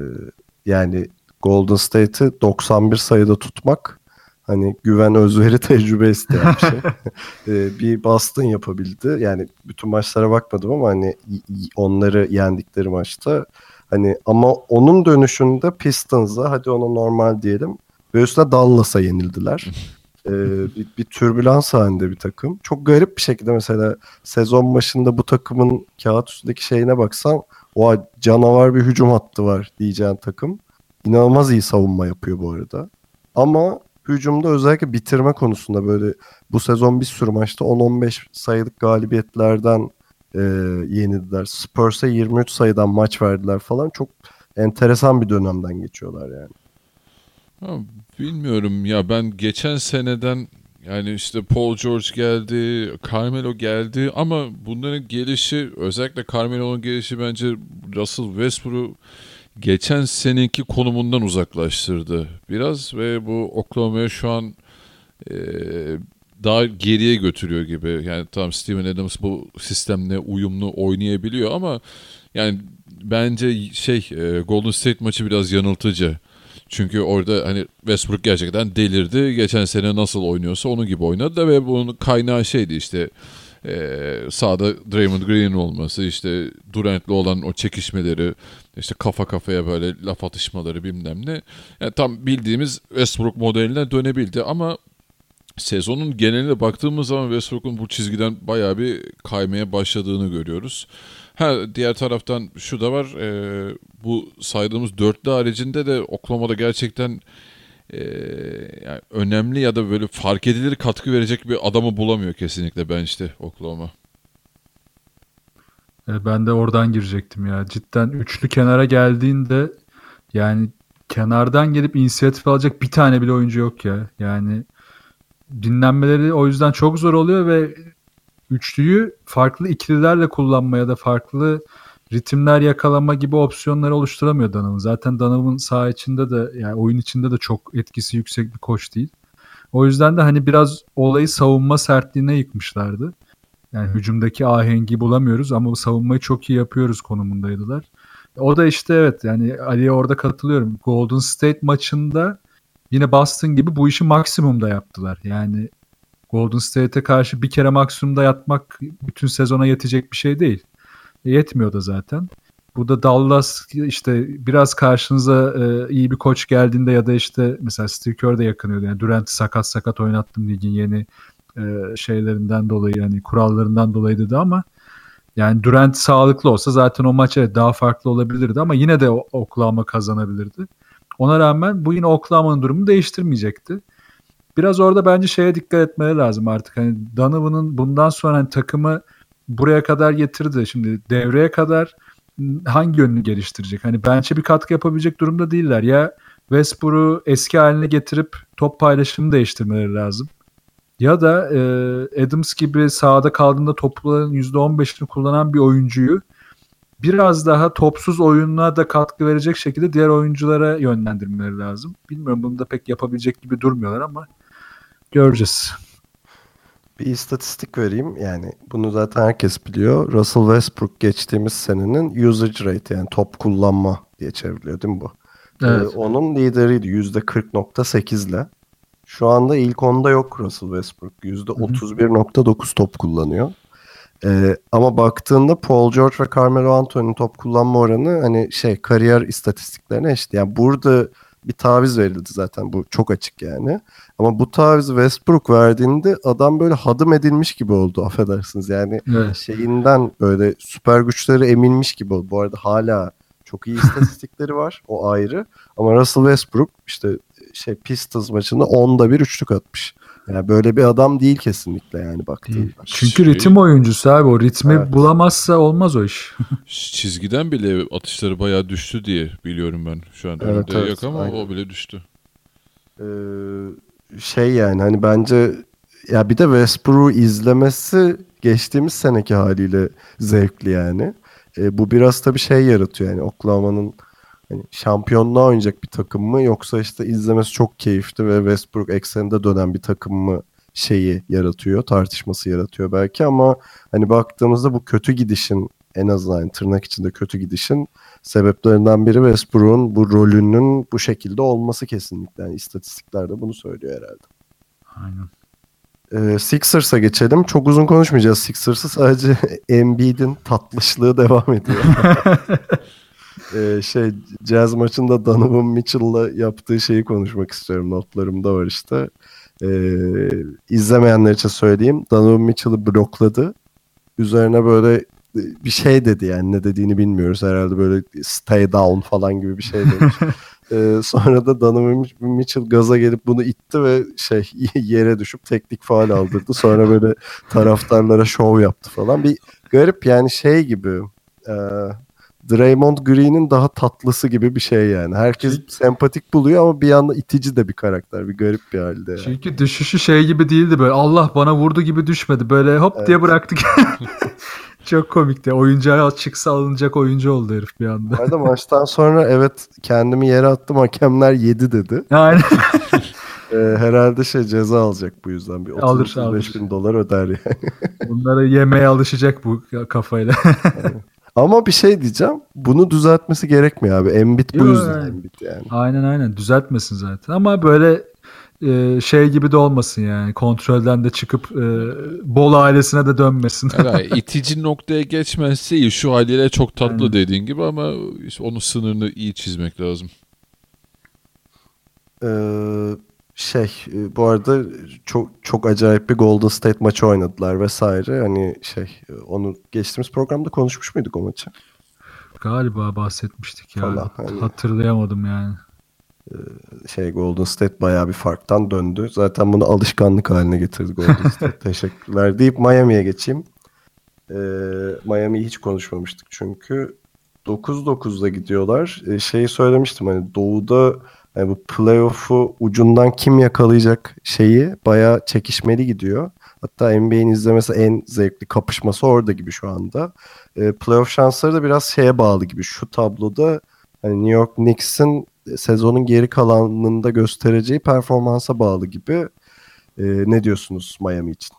Speaker 3: yani Golden State'i doksan bir sayıda tutmak hani güven, özveri, tecrübe isteyen bir şey. Ee, bir Boston yapabildi. Yani bütün maçlara bakmadım ama hani onları yendikleri maçta hani ama onun dönüşünde Pistons'a hadi ona normal diyelim ve üstüne Dallas'a yenildiler. Ee, bir, bir türbülans halinde bir takım. Çok garip bir şekilde mesela sezon başında bu takımın kağıt üstündeki şeyine baksan o canavar bir hücum hattı var diyeceğin takım. İnanılmaz iyi savunma yapıyor bu arada. Ama hücumda özellikle bitirme konusunda böyle bu sezon bir sürü maçta on on beş sayılık galibiyetlerden e, yenildiler. Spurs'a yirmi üç sayıdan maç verdiler falan. Çok enteresan bir dönemden geçiyorlar yani.
Speaker 4: Ha, bilmiyorum ya, ben geçen seneden yani işte Paul George geldi, Carmelo geldi ama bunların gelişi, özellikle Carmelo'nun gelişi bence Russell Westbrook'u geçen seneki konumundan uzaklaştırdı biraz ve bu Oklahoma'ya şu an e, daha geriye götürüyor gibi. Yani tamam, Steven Adams bu sistemle uyumlu oynayabiliyor ama yani bence şey e, Golden State maçı biraz yanıltıcı. Çünkü orada hani Westbrook gerçekten delirdi. Geçen sene nasıl oynuyorsa onun gibi oynadı ve bunun kaynağı şeydi işte e, sahada Draymond Green olması, işte Durant'le olan o çekişmeleri, işte kafa kafaya böyle laf atışmaları bilmem ne. Yani tam bildiğimiz Westbrook modeline dönebildi ama sezonun geneline baktığımız zaman Westbrook'un bu çizgiden bayağı bir kaymaya başladığını görüyoruz. Ha, diğer taraftan şu da var, e, bu saydığımız dörtlü haricinde de Oklahoma'da gerçekten e, yani önemli ya da böyle fark edilir katkı verecek bir adamı bulamıyor kesinlikle bench'te Oklahoma.
Speaker 5: E, Ben de oradan girecektim ya. Cidden üçlü kenara geldiğinde yani kenardan gelip inisiyatif alacak bir tane bile oyuncu yok ya. Yani dinlenmeleri o yüzden çok zor oluyor ve üçlüyü farklı ikililerle kullanma ya da farklı ritimler yakalama gibi opsiyonları oluşturamıyor Donovan. Zaten Donovan saha içinde de yani oyun içinde de çok etkisi yüksek bir koç değil. O yüzden de hani biraz olayı savunma sertliğine yıkmışlardı. Yani hücumdaki ahengi bulamıyoruz ama savunmayı çok iyi yapıyoruz konumundaydılar. O da işte evet, yani Ali'ye orada katılıyorum. Golden State maçında yine Boston gibi bu işi maksimumda yaptılar. Yani Golden State'e karşı bir kere maksimumda yatmak bütün sezona yetecek bir şey değil. E, yetmiyor da zaten. Burada Dallas işte biraz karşınıza e, iyi bir koç geldiğinde ya da işte mesela Steve Kerr de yakınıyordu. Yani Durant'i sakat sakat oynattım ligin yeni e, şeylerinden dolayı, yani kurallarından dolayı dedi ama yani Durant sağlıklı olsa zaten o maç evet daha farklı olabilirdi ama yine de Oklahoma kazanabilirdi. Ona rağmen bu yine Oklahoma'nın durumunu değiştirmeyecekti. Biraz orada bence şeye dikkat etmeleri lazım artık. Hani Donovan'ın bundan sonra hani takımı buraya kadar getirdi. Şimdi devreye kadar hangi yönünü geliştirecek? Hani bench'e bir katkı yapabilecek durumda değiller. Ya Westbrook'u eski haline getirip top paylaşımını değiştirmeleri lazım. Ya da e, Adams gibi sahada kaldığında topların yüzde on beşini kullanan bir oyuncuyu biraz daha topsuz oyununa da katkı verecek şekilde diğer oyunculara yönlendirmeleri lazım. Bilmiyorum, bunu da pek yapabilecek gibi durmuyorlar ama göreceğiz.
Speaker 3: Bir istatistik vereyim. Yani bunu zaten herkes biliyor. Russell Westbrook geçtiğimiz senenin usage rate, yani top kullanma diye çevriliyor değil mi bu?
Speaker 5: Evet.
Speaker 3: Ee, onun lideriydi yüzde kırk nokta sekiz ile. Şu anda ilk onda yok Russell Westbrook. yüzde otuz bir nokta dokuz top kullanıyor. Ee, ama baktığında Paul George ve Carmelo Anthony'nin top kullanma oranı hani şey kariyer istatistiklerine eşit. Yani burada bir taviz verildi zaten, bu çok açık yani. Ama bu tavizi Westbrook verdiğinde adam böyle hadım edilmiş gibi oldu, affedersiniz. Yani
Speaker 5: Evet.
Speaker 3: şeyinden böyle süper güçleri emilmiş gibi oldu. Bu arada hala Çok iyi istatistikleri var. O ayrı. Ama Russell Westbrook işte şey Pistons maçında onda bir üçlük atmış. Yani böyle bir adam değil kesinlikle yani baktığında.
Speaker 5: Çünkü
Speaker 4: Şey-
Speaker 5: ritim oyuncusu abi. O ritmi
Speaker 3: Evet.
Speaker 5: bulamazsa olmaz o iş.
Speaker 4: Çizgiden bile atışları bayağı düştü diye biliyorum ben. Şu an
Speaker 3: Evet,
Speaker 4: önümde
Speaker 3: evet,
Speaker 4: yok ama
Speaker 3: aynen.
Speaker 4: o bile düştü.
Speaker 3: Ee, şey yani hani bence ya bir de Westbrook'u izlemesi geçtiğimiz seneki haliyle zevkli yani. Ee, bu biraz tabii şey yaratıyor yani Oklahoma'nın hani şampiyonluğa oynayacak bir takım mı yoksa işte izlemesi çok keyifli ve Westbrook ekseninde dönen bir takım mı şeyi yaratıyor, tartışması yaratıyor belki ama hani baktığımızda bu kötü gidişin en azından yani tırnak içinde kötü gidişin sebeplerinden biri Westbrook'un bu rolünün bu şekilde olması kesinlikle. Yani istatistikler de bunu söylüyor herhalde.
Speaker 5: Aynen.
Speaker 3: Ee, Sixers'a geçelim. Çok uzun konuşmayacağız Sixers'ı. Sadece Embiid'in tatlışlığı devam ediyor. ee, şey Jazz maçında Donovan Mitchell'la yaptığı şeyi konuşmak istiyorum. Notlarımda var işte. Ee, izlemeyenler için söyleyeyim. Donovan Mitchell'ı blokladı. Üzerine böyle bir şey dedi yani ne dediğini bilmiyoruz. Herhalde böyle stay down falan gibi bir şey demiş. Ee, sonra da Donovan Mitchell gaza gelip bunu itti ve şey yere düşüp teknik faul aldırdı. Sonra böyle taraftarlara şov yaptı falan. Bir garip yani şey gibi e, Draymond Green'in daha tatlısı gibi bir şey yani. Herkes
Speaker 5: Şey-
Speaker 3: sempatik buluyor ama bir yanda itici de bir karakter. Bir garip bir halde yani.
Speaker 5: Çünkü düşüşü şey gibi değildi böyle. Allah bana vurdu gibi düşmedi. Böyle hop
Speaker 3: Evet.
Speaker 5: diye bıraktık. Çok komikti. Oyuncağı çıksa alınacak oyuncu oldu herif bir anda.
Speaker 3: Bu arada maçtan sonra evet kendimi yere attım hakemler yedi dedi.
Speaker 5: Aynen.
Speaker 3: Ee, herhalde şey ceza alacak bu yüzden. Bir
Speaker 5: Alır,
Speaker 3: otuz otuz beş
Speaker 5: alır.
Speaker 3: bin dolar öder yani.
Speaker 5: Bunlara yemeye alışacak bu kafayla.
Speaker 3: Ama bir şey diyeceğim. Bunu düzeltmesi gerekmiyor abi. Embiid bu
Speaker 5: Yo,
Speaker 3: yüzden
Speaker 5: yani.
Speaker 3: Embiid yani.
Speaker 5: Aynen aynen. Düzeltmesin zaten. Ama böyle e, şey gibi de olmasın yani. Kontrolden de çıkıp e, Bol ailesine de dönmesin.
Speaker 4: Yani itici noktaya geçmezse iyi. Şu haliyle çok tatlı
Speaker 5: Aynen.
Speaker 4: dediğin gibi ama işte onun sınırını iyi çizmek lazım.
Speaker 3: Ee, şey e, bu arada çok çok acayip bir Golden State maçı oynadılar vesaire. Hani şey e, onu geçtiğimiz programda konuşmuş muyduk o maçı?
Speaker 5: Galiba bahsetmiştik ya.
Speaker 3: Falan, hani.
Speaker 5: Hatırlayamadım yani.
Speaker 3: Şey Golden State bayağı bir farktan döndü. Zaten bunu alışkanlık haline getirdi Golden State. Teşekkürler deyip Miami'ye geçeyim. Ee, Miami'yi hiç konuşmamıştık çünkü dokuz dokuzda gidiyorlar. Ee, şeyi söylemiştim hani doğuda yani bu playoff'u ucundan kim yakalayacak şeyi bayağı çekişmeli gidiyor. Hatta N B A'in izlemesi en zevkli kapışması orada gibi şu anda. Ee, playoff şansları da biraz şeye bağlı gibi. Şu tabloda hani New York Knicks'in sezonun geri kalanında göstereceği performansa bağlı gibi. Ee, ne diyorsunuz Miami için?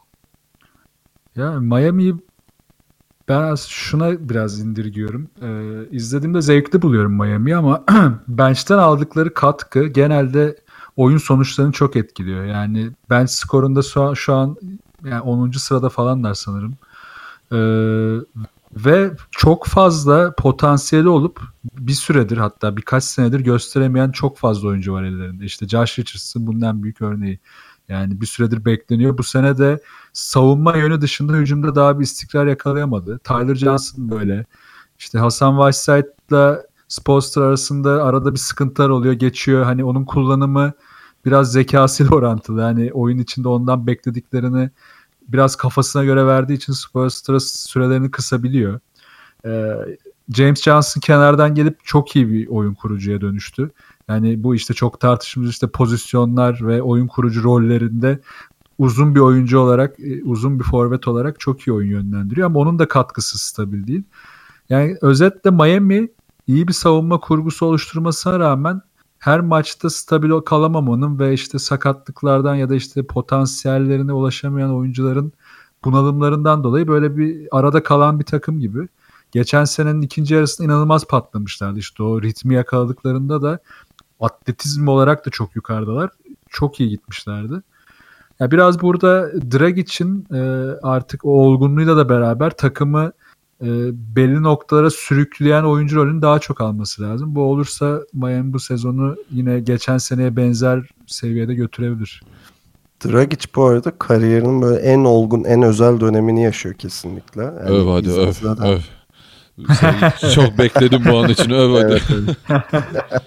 Speaker 5: Ya Miami'yi ben şuna biraz indirgiyorum. Ee, izlediğimde zevkli buluyorum Miami'yi ama bench'ten aldıkları katkı genelde oyun sonuçlarını çok etkiliyor. Yani bench skorunda şu an, şu an yani onuncu sırada falanlar sanırım. Ee, ve çok fazla potansiyeli olup bir süredir hatta birkaç senedir gösteremeyen çok fazla oyuncu var ellerinde. İşte Josh Richardson bunun en büyük örneği. Yani bir süredir bekleniyor. Bu sene de savunma yönü dışında hücumda daha bir istikrar yakalayamadı. Tyler Johnson böyle. İşte Hasan Whiteside'la Spoelstra arasında arada bir sıkıntılar oluyor, geçiyor. Hani onun kullanımı biraz zekasıyla orantılı. Hani oyun içinde ondan beklediklerini biraz kafasına göre verdiği için Spoelstra sürelerini kısabiliyor. Ee, James Johnson kenardan gelip çok iyi bir oyun kurucuya dönüştü. Yani bu işte çok tartışılmış işte pozisyonlar ve oyun kurucu rollerinde uzun bir oyuncu olarak, uzun bir forvet olarak çok iyi oyun yönlendiriyor ama onun da katkısı stabil değil. Yani özetle Miami iyi bir savunma kurgusu oluşturmasına rağmen her maçta stabil kalamamanın ve işte sakatlıklardan ya da işte potansiyellerine ulaşamayan oyuncuların bunalımlarından dolayı böyle bir arada kalan bir takım gibi. Geçen senenin ikinci yarısında inanılmaz patlamışlardı. İşte o ritmi yakaladıklarında da atletizm olarak da çok yukarıdalar. Çok iyi gitmişlerdi. Ya biraz burada Dragic'in e, artık o olgunluğuyla da beraber takımı e, belli noktalara sürükleyen oyuncu rolünü daha çok alması lazım. Bu olursa Miami bu sezonu yine geçen seneye benzer seviyede götürebilir.
Speaker 3: Dragic bu arada kariyerinin böyle en olgun, en özel dönemini yaşıyor kesinlikle. Yani
Speaker 4: öv hadi öv,
Speaker 3: zaten...
Speaker 4: öv. Sen çok bekledim bu an için. Öv hadi.
Speaker 3: Evet, evet.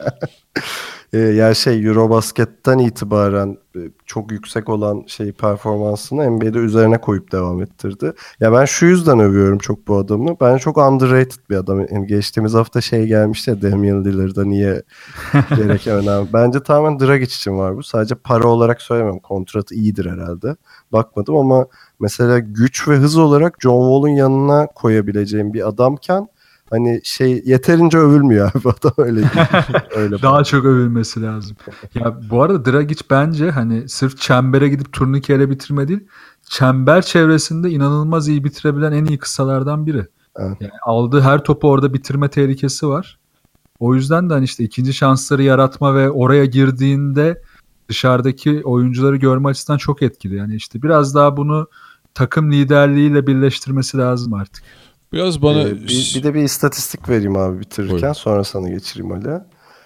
Speaker 3: Ee, yani şey Eurobasket'ten itibaren e, çok yüksek olan şey performansını N B A'de üzerine koyup devam ettirdi. Ya ben şu yüzden övüyorum çok bu adamı. Ben çok underrated bir adam. Yani geçtiğimiz hafta şey gelmişti ya, Damian Lillard'a niye gereken önemli. Bence tamamen Dragic için var bu. Sadece para olarak söylemiyorum. Kontratı iyidir herhalde. Bakmadım ama mesela güç ve hız olarak John Wall'un yanına koyabileceğim bir adamken hani şey yeterince övülmüyor abi adam, öyle değil. Öyle
Speaker 5: Daha çok övülmesi lazım. Ya bu arada Dragic bence hani sırf çembere gidip turnikeyle bitirme değil, çember çevresinde inanılmaz iyi bitirebilen en iyi kısalardan biri.
Speaker 3: Evet.
Speaker 5: Yani aldığı her topu orada bitirme tehlikesi var. O yüzden de hani işte ikinci şansları yaratma ve oraya girdiğinde dışarıdaki oyuncuları görme açısından çok etkili. Yani işte biraz daha bunu takım liderliğiyle birleştirmesi lazım artık.
Speaker 4: Biraz bana...
Speaker 3: Ee, bir, bir de bir istatistik vereyim abi bitirirken.
Speaker 4: Buyurun.
Speaker 3: Sonra sana geçireyim Ali.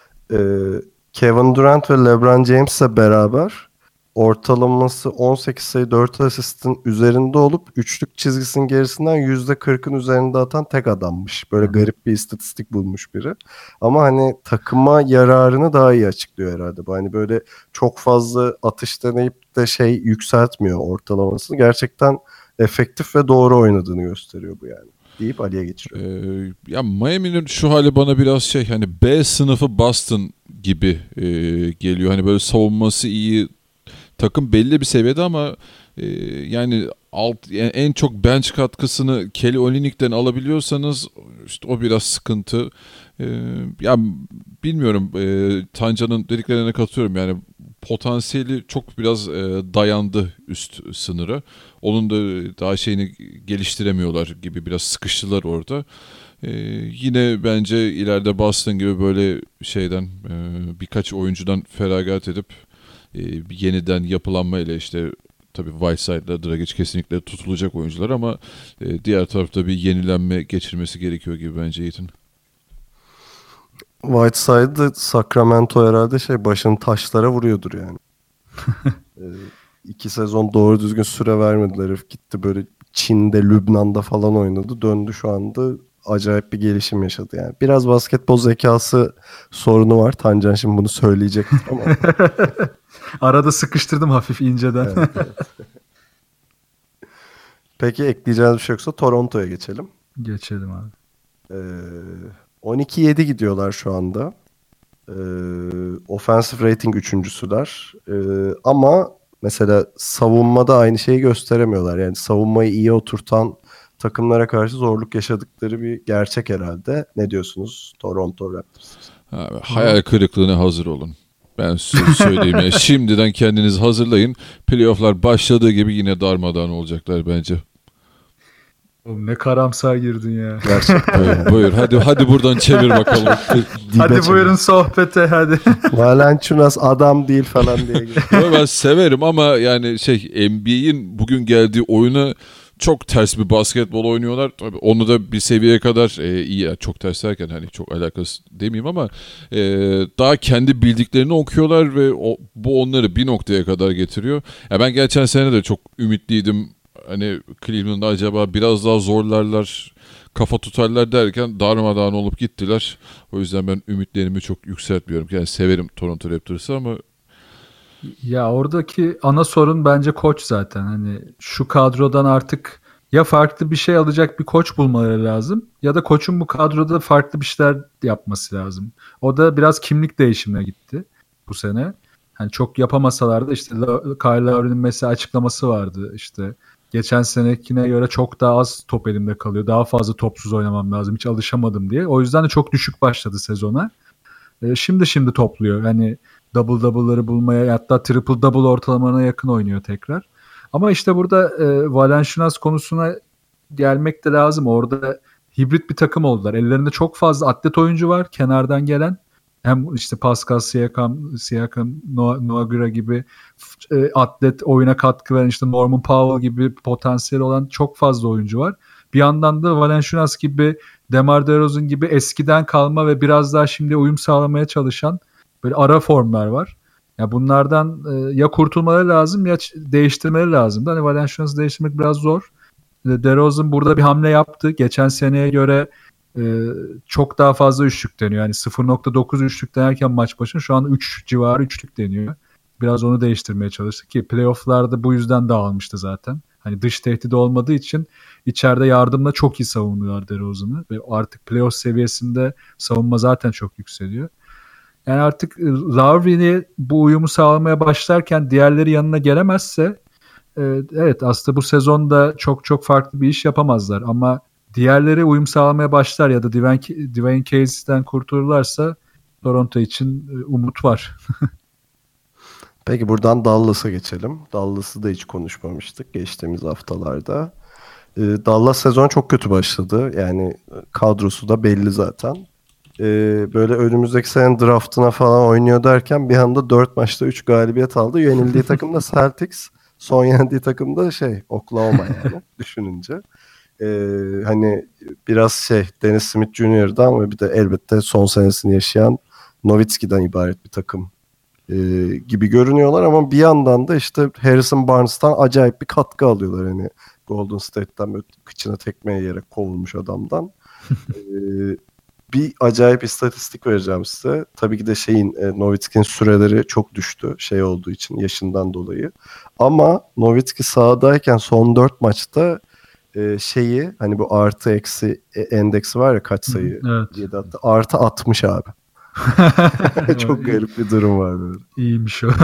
Speaker 3: Ee, Kevin Durant ve LeBron James'le beraber ortalaması on sekiz sayı dört asistin üzerinde olup üçlük çizgisinin gerisinden yüzde kırkın üzerinde atan tek adammış. Böyle garip bir istatistik bulmuş biri. Ama hani takıma yararını daha iyi açıklıyor herhalde. Bu hani böyle çok fazla atış deneyip de şey yükseltmiyor ortalamasını. Gerçekten efektif ve doğru oynadığını gösteriyor bu yani. Deyip Ali'ye geçiriyor.
Speaker 4: Ee, ya Miami'nin şu hali bana biraz şey, hani B sınıfı Boston gibi e, geliyor. Hani böyle savunması iyi, takım belli bir seviyede ama e, yani alt yani en çok bench katkısını Kelly Olynyk'ten alabiliyorsanız işte o biraz sıkıntı. E, ya bilmiyorum, e, Tancan'ın dediklerine katılıyorum. Yani potansiyeli çok biraz e, dayandı üst sınıra. Onun da daha şeyini geliştiremiyorlar gibi, biraz sıkıştılar orada. Ee, yine bence ileride Boston gibi böyle şeyden e, birkaç oyuncudan feragat edip e, bir yeniden yapılanmayla, işte tabii Whiteside'la Dragic kesinlikle tutulacak oyuncular ama e, diğer tarafta bir yenilenme geçirmesi gerekiyor gibi bence Yiğit'in.
Speaker 3: Whiteside'ı Sacramento herhalde şey başını taşlara vuruyordur yani. ee, iki sezon doğru düzgün süre vermediler. Herif gitti böyle Çin'de, Lübnan'da falan oynadı. Döndü, şu anda acayip bir gelişim yaşadı yani. Biraz basketbol zekası sorunu var. Tancan şimdi bunu söyleyecektir ama.
Speaker 5: Arada sıkıştırdım hafif inceden.
Speaker 3: Evet, evet. Peki ekleyeceğiniz bir şey yoksa Toronto'ya geçelim.
Speaker 5: Geçelim abi.
Speaker 3: Ee, on iki yedi gidiyorlar şu anda. Ee, offensive rating üçüncüsüler. Ee, ama mesela savunmada aynı şeyi gösteremiyorlar. Yani savunmayı iyi oturtan takımlara karşı zorluk yaşadıkları bir gerçek herhalde. Ne diyorsunuz Toronto Raptors?
Speaker 4: Ha, hayal kırıklığına hazır olun. Ben size söyleyeyim ya. Şimdiden kendinizi hazırlayın. Playoff'lar başladığı gibi yine darmadağın olacaklar bence.
Speaker 5: Oğlum ne karamsar girdin ya.
Speaker 3: Gerçekten.
Speaker 4: Buyur, buyur. Hadi hadi buradan çevir bakalım.
Speaker 5: Hadi buyurun sohbete hadi.
Speaker 3: Valanciunas adam değil falan diye.
Speaker 4: Yo, ben severim ama yani şey, N B A'in bugün geldiği oyuna çok ters bir basketbol oynuyorlar. Tabii onu da bir seviyeye kadar e, iyi, çok ters derken hani çok alakası demeyeyim ama e, daha kendi bildiklerini okuyorlar ve o, bu onları bir noktaya kadar getiriyor. Ya ben geçen sene de çok ümitliydim. Hani Cleveland'da acaba biraz daha zorlarlar, kafa tutarlar derken darmadağın olup gittiler. O yüzden ben ümitlerimi çok yükseltmiyorum. Yani severim Toronto Raptors'ı ama
Speaker 5: Ya oradaki ana sorun bence koç zaten. Hani şu kadrodan artık ya farklı bir şey alacak bir koç bulmaları lazım ya da koçun bu kadroda farklı bir şeyler yapması lazım. O da biraz kimlik değişimine gitti bu sene. Hani çok yapamasalar da işte Kyle Lowry'nin mesela açıklaması vardı. İşte geçen senekine göre çok daha az top elimde kalıyor. Daha fazla topsuz oynamam lazım. Hiç alışamadım diye. O yüzden de çok düşük başladı sezona. E, şimdi şimdi topluyor. Hani double double'ları bulmaya, hatta triple double ortalamalarına yakın oynuyor tekrar. Ama işte burada e, Valanciunas konusuna gelmek de lazım. Orada hibrit bir takım oldular. Ellerinde çok fazla atlet oyuncu var kenardan gelen. Hem işte Pascal Siakam, Siakam, Noah, Noah Gura gibi e, atlet oyuna katkı veren, işte Norman Powell gibi potansiyel olan çok fazla oyuncu var. Bir yandan da Valanciunas gibi, DeMar DeRozan gibi eskiden kalma ve biraz daha şimdi uyum sağlamaya çalışan böyle ara formlar var. Ya bunlardan e, ya kurtulmaları lazım ya değiştirmeleri lazım. Hani Valanciunas'ı değiştirmek biraz zor. DeRozan burada bir hamle yaptı. Geçen seneye göre Ee, çok daha fazla üçlük deniyor. Yani sıfır nokta dokuz üçlük denerken maç başına şu an üç civarı üçlük deniyor. Biraz onu değiştirmeye çalıştık ki playoff'larda bu yüzden dağılmıştı zaten. Hani dış tehdidi olmadığı için içeride yardımla çok iyi savunuyorlar DeRozan'ı ve artık playoff seviyesinde savunma zaten çok yükseliyor. Yani artık Lowry'ni bu uyumu sağlamaya başlarken diğerleri yanına gelemezse evet aslında bu sezonda çok çok farklı bir iş yapamazlar ama diğerleri uyum sağlamaya başlar ya da Dwayne, Dwayne Casey'den kurtulurlarsa Toronto için umut var.
Speaker 3: Peki buradan Dallas'a geçelim. Dallas'ı da hiç konuşmamıştık geçtiğimiz haftalarda. Ee, Dallas sezon çok kötü başladı. Yani kadrosu da belli zaten. Ee, böyle önümüzdeki sene draftına falan oynuyor derken bir anda dört maçta üç galibiyet aldı. Yenildiği takım da Celtics. Son yendiği takım da şey Oklahoma yani düşününce. Ee, hani biraz şey Dennis Smith Junior'dan ve bir de elbette son senesini yaşayan Nowitzki'den ibaret bir takım e, gibi görünüyorlar ama bir yandan da işte Harrison Barnes'tan acayip bir katkı alıyorlar. Hani Golden State'ten böyle kıçına tekme yiyerek kovulmuş adamdan. ee, bir acayip istatistik vereceğim size. Tabii ki de şeyin e, Nowitzki'nin süreleri çok düştü şey olduğu için yaşından dolayı. Ama Nowitzki sahadayken son dört maçta e, şeyi hani bu artı eksi e, endeksi var ya kaç sayı
Speaker 5: evet.
Speaker 3: diye de hatta artı altmış abi. Çok garip bir durum var böyle.
Speaker 5: İyiymiş o.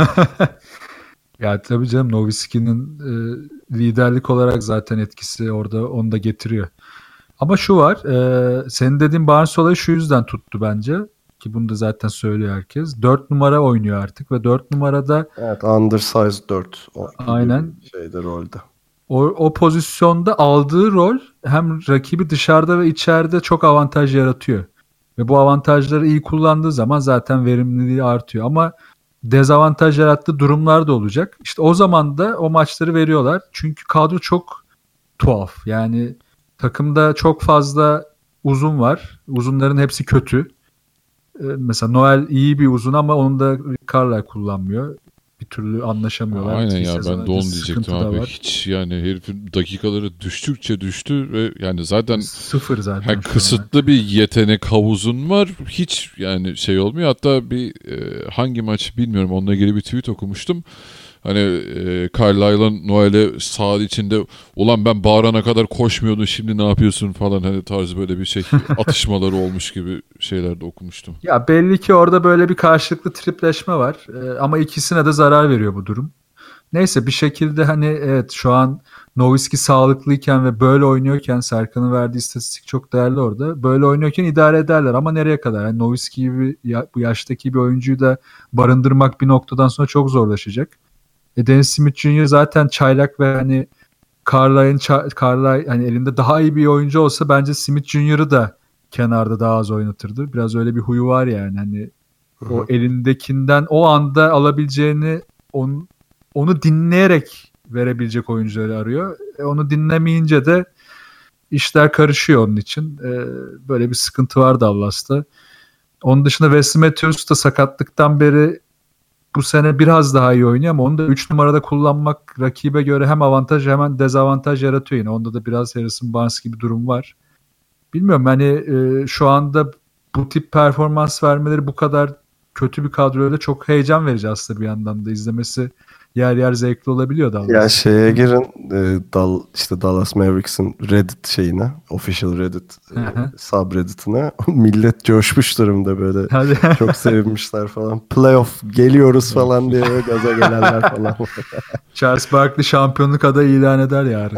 Speaker 5: Ya tabii canım Nowitzki'nin e, liderlik olarak zaten etkisi orada onu da getiriyor. Ama şu var, e, senin dediğin Barnes olayı şu yüzden tuttu bence. Ki bunu da zaten söylüyor herkes. dört numara oynuyor artık ve dört numarada...
Speaker 3: Evet, undersized dört. O
Speaker 5: aynen.
Speaker 3: Şeyde rolde.
Speaker 5: O, o pozisyonda aldığı rol hem rakibi dışarıda ve içeride çok avantaj yaratıyor. Ve bu avantajları iyi kullandığı zaman zaten verimliliği artıyor. Ama dezavantaj yarattığı durumlar da olacak. İşte o zaman da o maçları veriyorlar. Çünkü kadro çok tuhaf. Yani takımda çok fazla uzun var. Uzunların hepsi kötü. Ee, mesela Noel iyi bir uzun ama onu da Carlisle kullanmıyor. Bir türlü anlaşamıyorlar.
Speaker 4: Aynen
Speaker 5: İki
Speaker 4: ya ben de onu diyecektim abi.
Speaker 5: var.
Speaker 4: Hiç yani herifin dakikaları düştükçe düştü ve yani zaten
Speaker 5: sıfır zaten.
Speaker 4: Yani kısıtlı bir yetenek havuzun var. Hiç yani şey olmuyor. Hatta bir e, hangi maç bilmiyorum onunla ilgili bir tweet okumuştum. Hani e, Carlisle'ın Noel'e saha içinde ulan ben bağırana kadar koşmuyordun şimdi ne yapıyorsun falan hani tarzı böyle bir şey atışmaları olmuş gibi şeyler de okumuştum.
Speaker 5: Ya belli ki orada böyle bir karşılıklı tripleşme var ee, ama ikisine de zarar veriyor bu durum. Neyse bir şekilde hani evet şu an Nowitzki sağlıklıyken ve böyle oynuyorken Serkan'ın verdiği istatistik çok değerli orada. Böyle oynuyorken idare ederler ama nereye kadar? Yani Nowitzki gibi ya, bu yaştaki bir oyuncuyu da barındırmak bir noktadan sonra çok zorlaşacak. E Dennis Smith Junior zaten çaylak ve hani Carlisle'ın Carlisle hani elinde daha iyi bir oyuncu olsa bence Smith Junior'ı da kenarda daha az oynatırdı. Biraz öyle bir huyu var yani hani
Speaker 3: Hı-hı.
Speaker 5: o elindekinden o anda alabileceğini onu, onu dinleyerek verebilecek oyuncuları arıyor. E onu dinlemeyince de işler karışıyor onun için. E, böyle bir sıkıntı var Dallas'ta. Onun dışında Wesley Matthews da sakatlıktan beri bu sene biraz daha iyi oynuyor ama onu da üç numarada kullanmak rakibe göre hem avantaj hem dezavantaj yaratıyor yine. Onda da biraz Harrison Barnes gibi durum var. Bilmiyorum hani e, şu anda bu tip performans vermeleri bu kadar kötü bir kadroyla çok heyecan verici aslında bir yandan da izlemesi yer yer zevkli olabiliyor Dallas.
Speaker 3: Ya şeye girin e, Dal, işte Dallas Mavericks'in Reddit şeyine, official Reddit e, subreddit'ine millet coşmuş durumda böyle. Çok sevmişler falan. Playoff geliyoruz falan diye böyle gaza gelenler falan.
Speaker 5: Charles Barkley şampiyonluk adayı ilan eder yarın.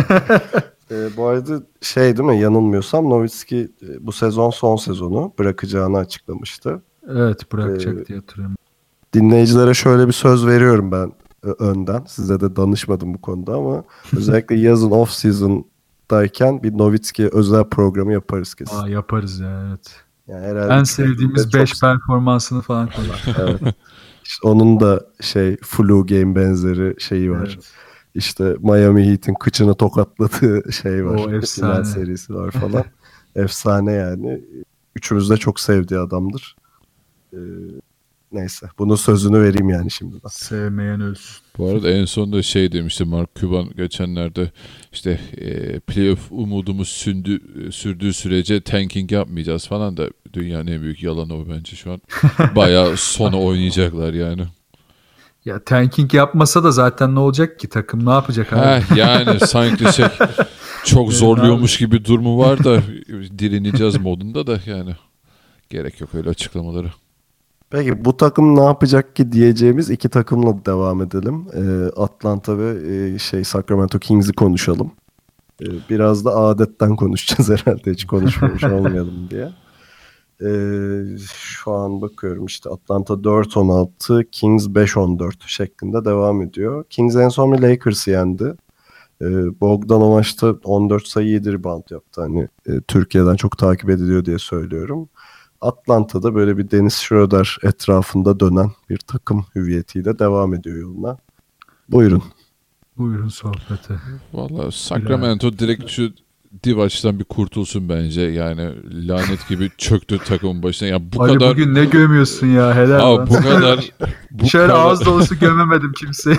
Speaker 3: e, bu arada şey değil mi yanılmıyorsam Nowitzki e, bu sezon son sezonu bırakacağını açıklamıştı.
Speaker 5: Evet bırakacak
Speaker 3: ee,
Speaker 5: diye hatırlıyorum.
Speaker 3: Dinleyicilere şöyle bir söz veriyorum ben önden. Size de danışmadım bu konuda ama özellikle yazın off season'dayken bir Nowitzki özel programı yaparız kesin.
Speaker 5: Aa, yaparız ya evet.
Speaker 3: Yani
Speaker 5: en sevdiğimiz beş
Speaker 3: çok...
Speaker 5: performansını falan konuşuruz.
Speaker 3: Evet. İşte onun da şey flu game benzeri şeyi var. Evet. İşte Miami Heat'in kıçını tokatladığı şey var.
Speaker 5: O efsane.
Speaker 3: Final serisi var falan. Efsane yani. Üçümüz de çok sevdiği adamdır. Ee, neyse. Bunun sözünü vereyim yani şimdiden.
Speaker 5: Sevmeyen ölsün.
Speaker 4: Bu arada en sonunda şey demişti Mark Cuban geçenlerde, işte e, playoff umudumuz sündü, sürdüğü sürece tanking yapmayacağız falan da dünyanın en büyük yalanı o bence şu an. Bayağı sona oynayacaklar yani.
Speaker 5: Ya tanking yapmasa da zaten ne olacak ki, takım ne yapacak abi?
Speaker 4: Heh, yani sanki şey çok zorluyormuş gibi durumu var da direneceğiz modunda da yani gerek yok öyle açıklamaları.
Speaker 3: Peki bu takım ne yapacak ki diyeceğimiz iki takımla devam edelim. Ee, Atlanta ve e, şey Sacramento Kings'i konuşalım. Ee, biraz da adetten konuşacağız herhalde, hiç konuşmamış olmayalım diye. Ee, şu an bakıyorum işte Atlanta dört on altı, Kings beş on dört şeklinde devam ediyor. Kings en son bir Lakers'ı yendi. Ee, Bogdan o maçta on dört sayı yedi rebound yaptı. Hani e, Türkiye'den çok takip ediliyor diye söylüyorum. Atlanta'da böyle bir Dennis Schroeder etrafında dönen bir takım hüviyetiyle devam ediyor yoluna. Buyurun.
Speaker 5: Buyurun sohbete.
Speaker 4: Vallahi Sacramento direkt şu Divac'tan bir kurtulsun bence. Yani lanet gibi çöktü takımın başına. Ya bu
Speaker 5: Ali
Speaker 4: kadar
Speaker 5: bugün ne gömüyorsun ya, helal
Speaker 4: Abi
Speaker 5: lan.
Speaker 4: bu kadar bu
Speaker 5: Şöyle
Speaker 4: kadar...
Speaker 5: ağız dolusu gömemedim kimseye.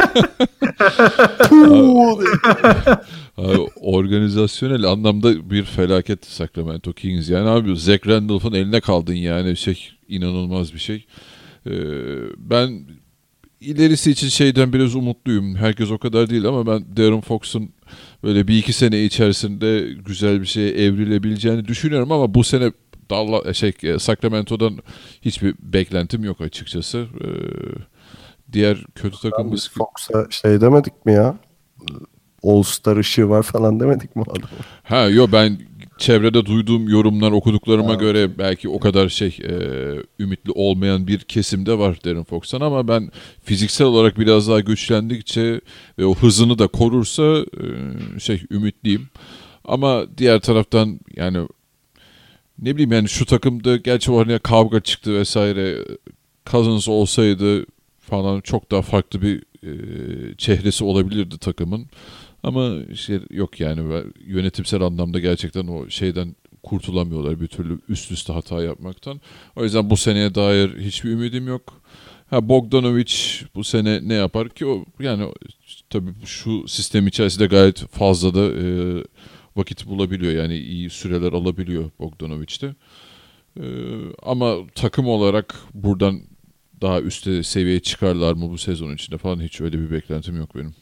Speaker 4: Abi, organizasyonel anlamda bir felaket Sacramento Kings. Yani abi Zach Randolph'un eline kaldın yani, şey inanılmaz bir şey. Ee, ben ilerisi için şeyden biraz umutluyum. Herkes o kadar değil ama ben De'Aaron Fox'un böyle bir iki sene içerisinde güzel bir şeye evrilebileceğini düşünüyorum ama bu sene Dallas, şey, Sacramento'dan hiçbir beklentim yok açıkçası. Ee, diğer kötü takım
Speaker 3: Biz Fox'a şey demedik mi ya? All-Star ışığı var falan demedik mi adamı?
Speaker 4: Ha yo, ben çevrede duyduğum yorumlar, okuduklarıma ha. göre belki o kadar şey e, ümitli olmayan bir kesimde var De'Aaron Fox'tan ama ben fiziksel olarak biraz daha güçlendikçe ve o hızını da korursa e, şey ümitliyim. Ama diğer taraftan yani ne bileyim yani şu takımda gerçi o hani kavga çıktı vesaire, Cousins olsaydı falan çok daha farklı bir e, çehresi olabilirdi takımın. Ama şey yok yani, yönetimsel anlamda gerçekten o şeyden kurtulamıyorlar bir türlü, üst üste hata yapmaktan. O yüzden bu seneye dair hiçbir ümidim yok. Ha, Bogdanovic bu sene ne yapar ki o yani tabii şu sistem içerisinde gayet fazla da e, vakit bulabiliyor yani, iyi süreler alabiliyor Bogdanovic'te. E, ama takım olarak buradan daha üstte seviyeye çıkarlar mı bu sezon içinde falan, hiç öyle bir beklentim yok benim.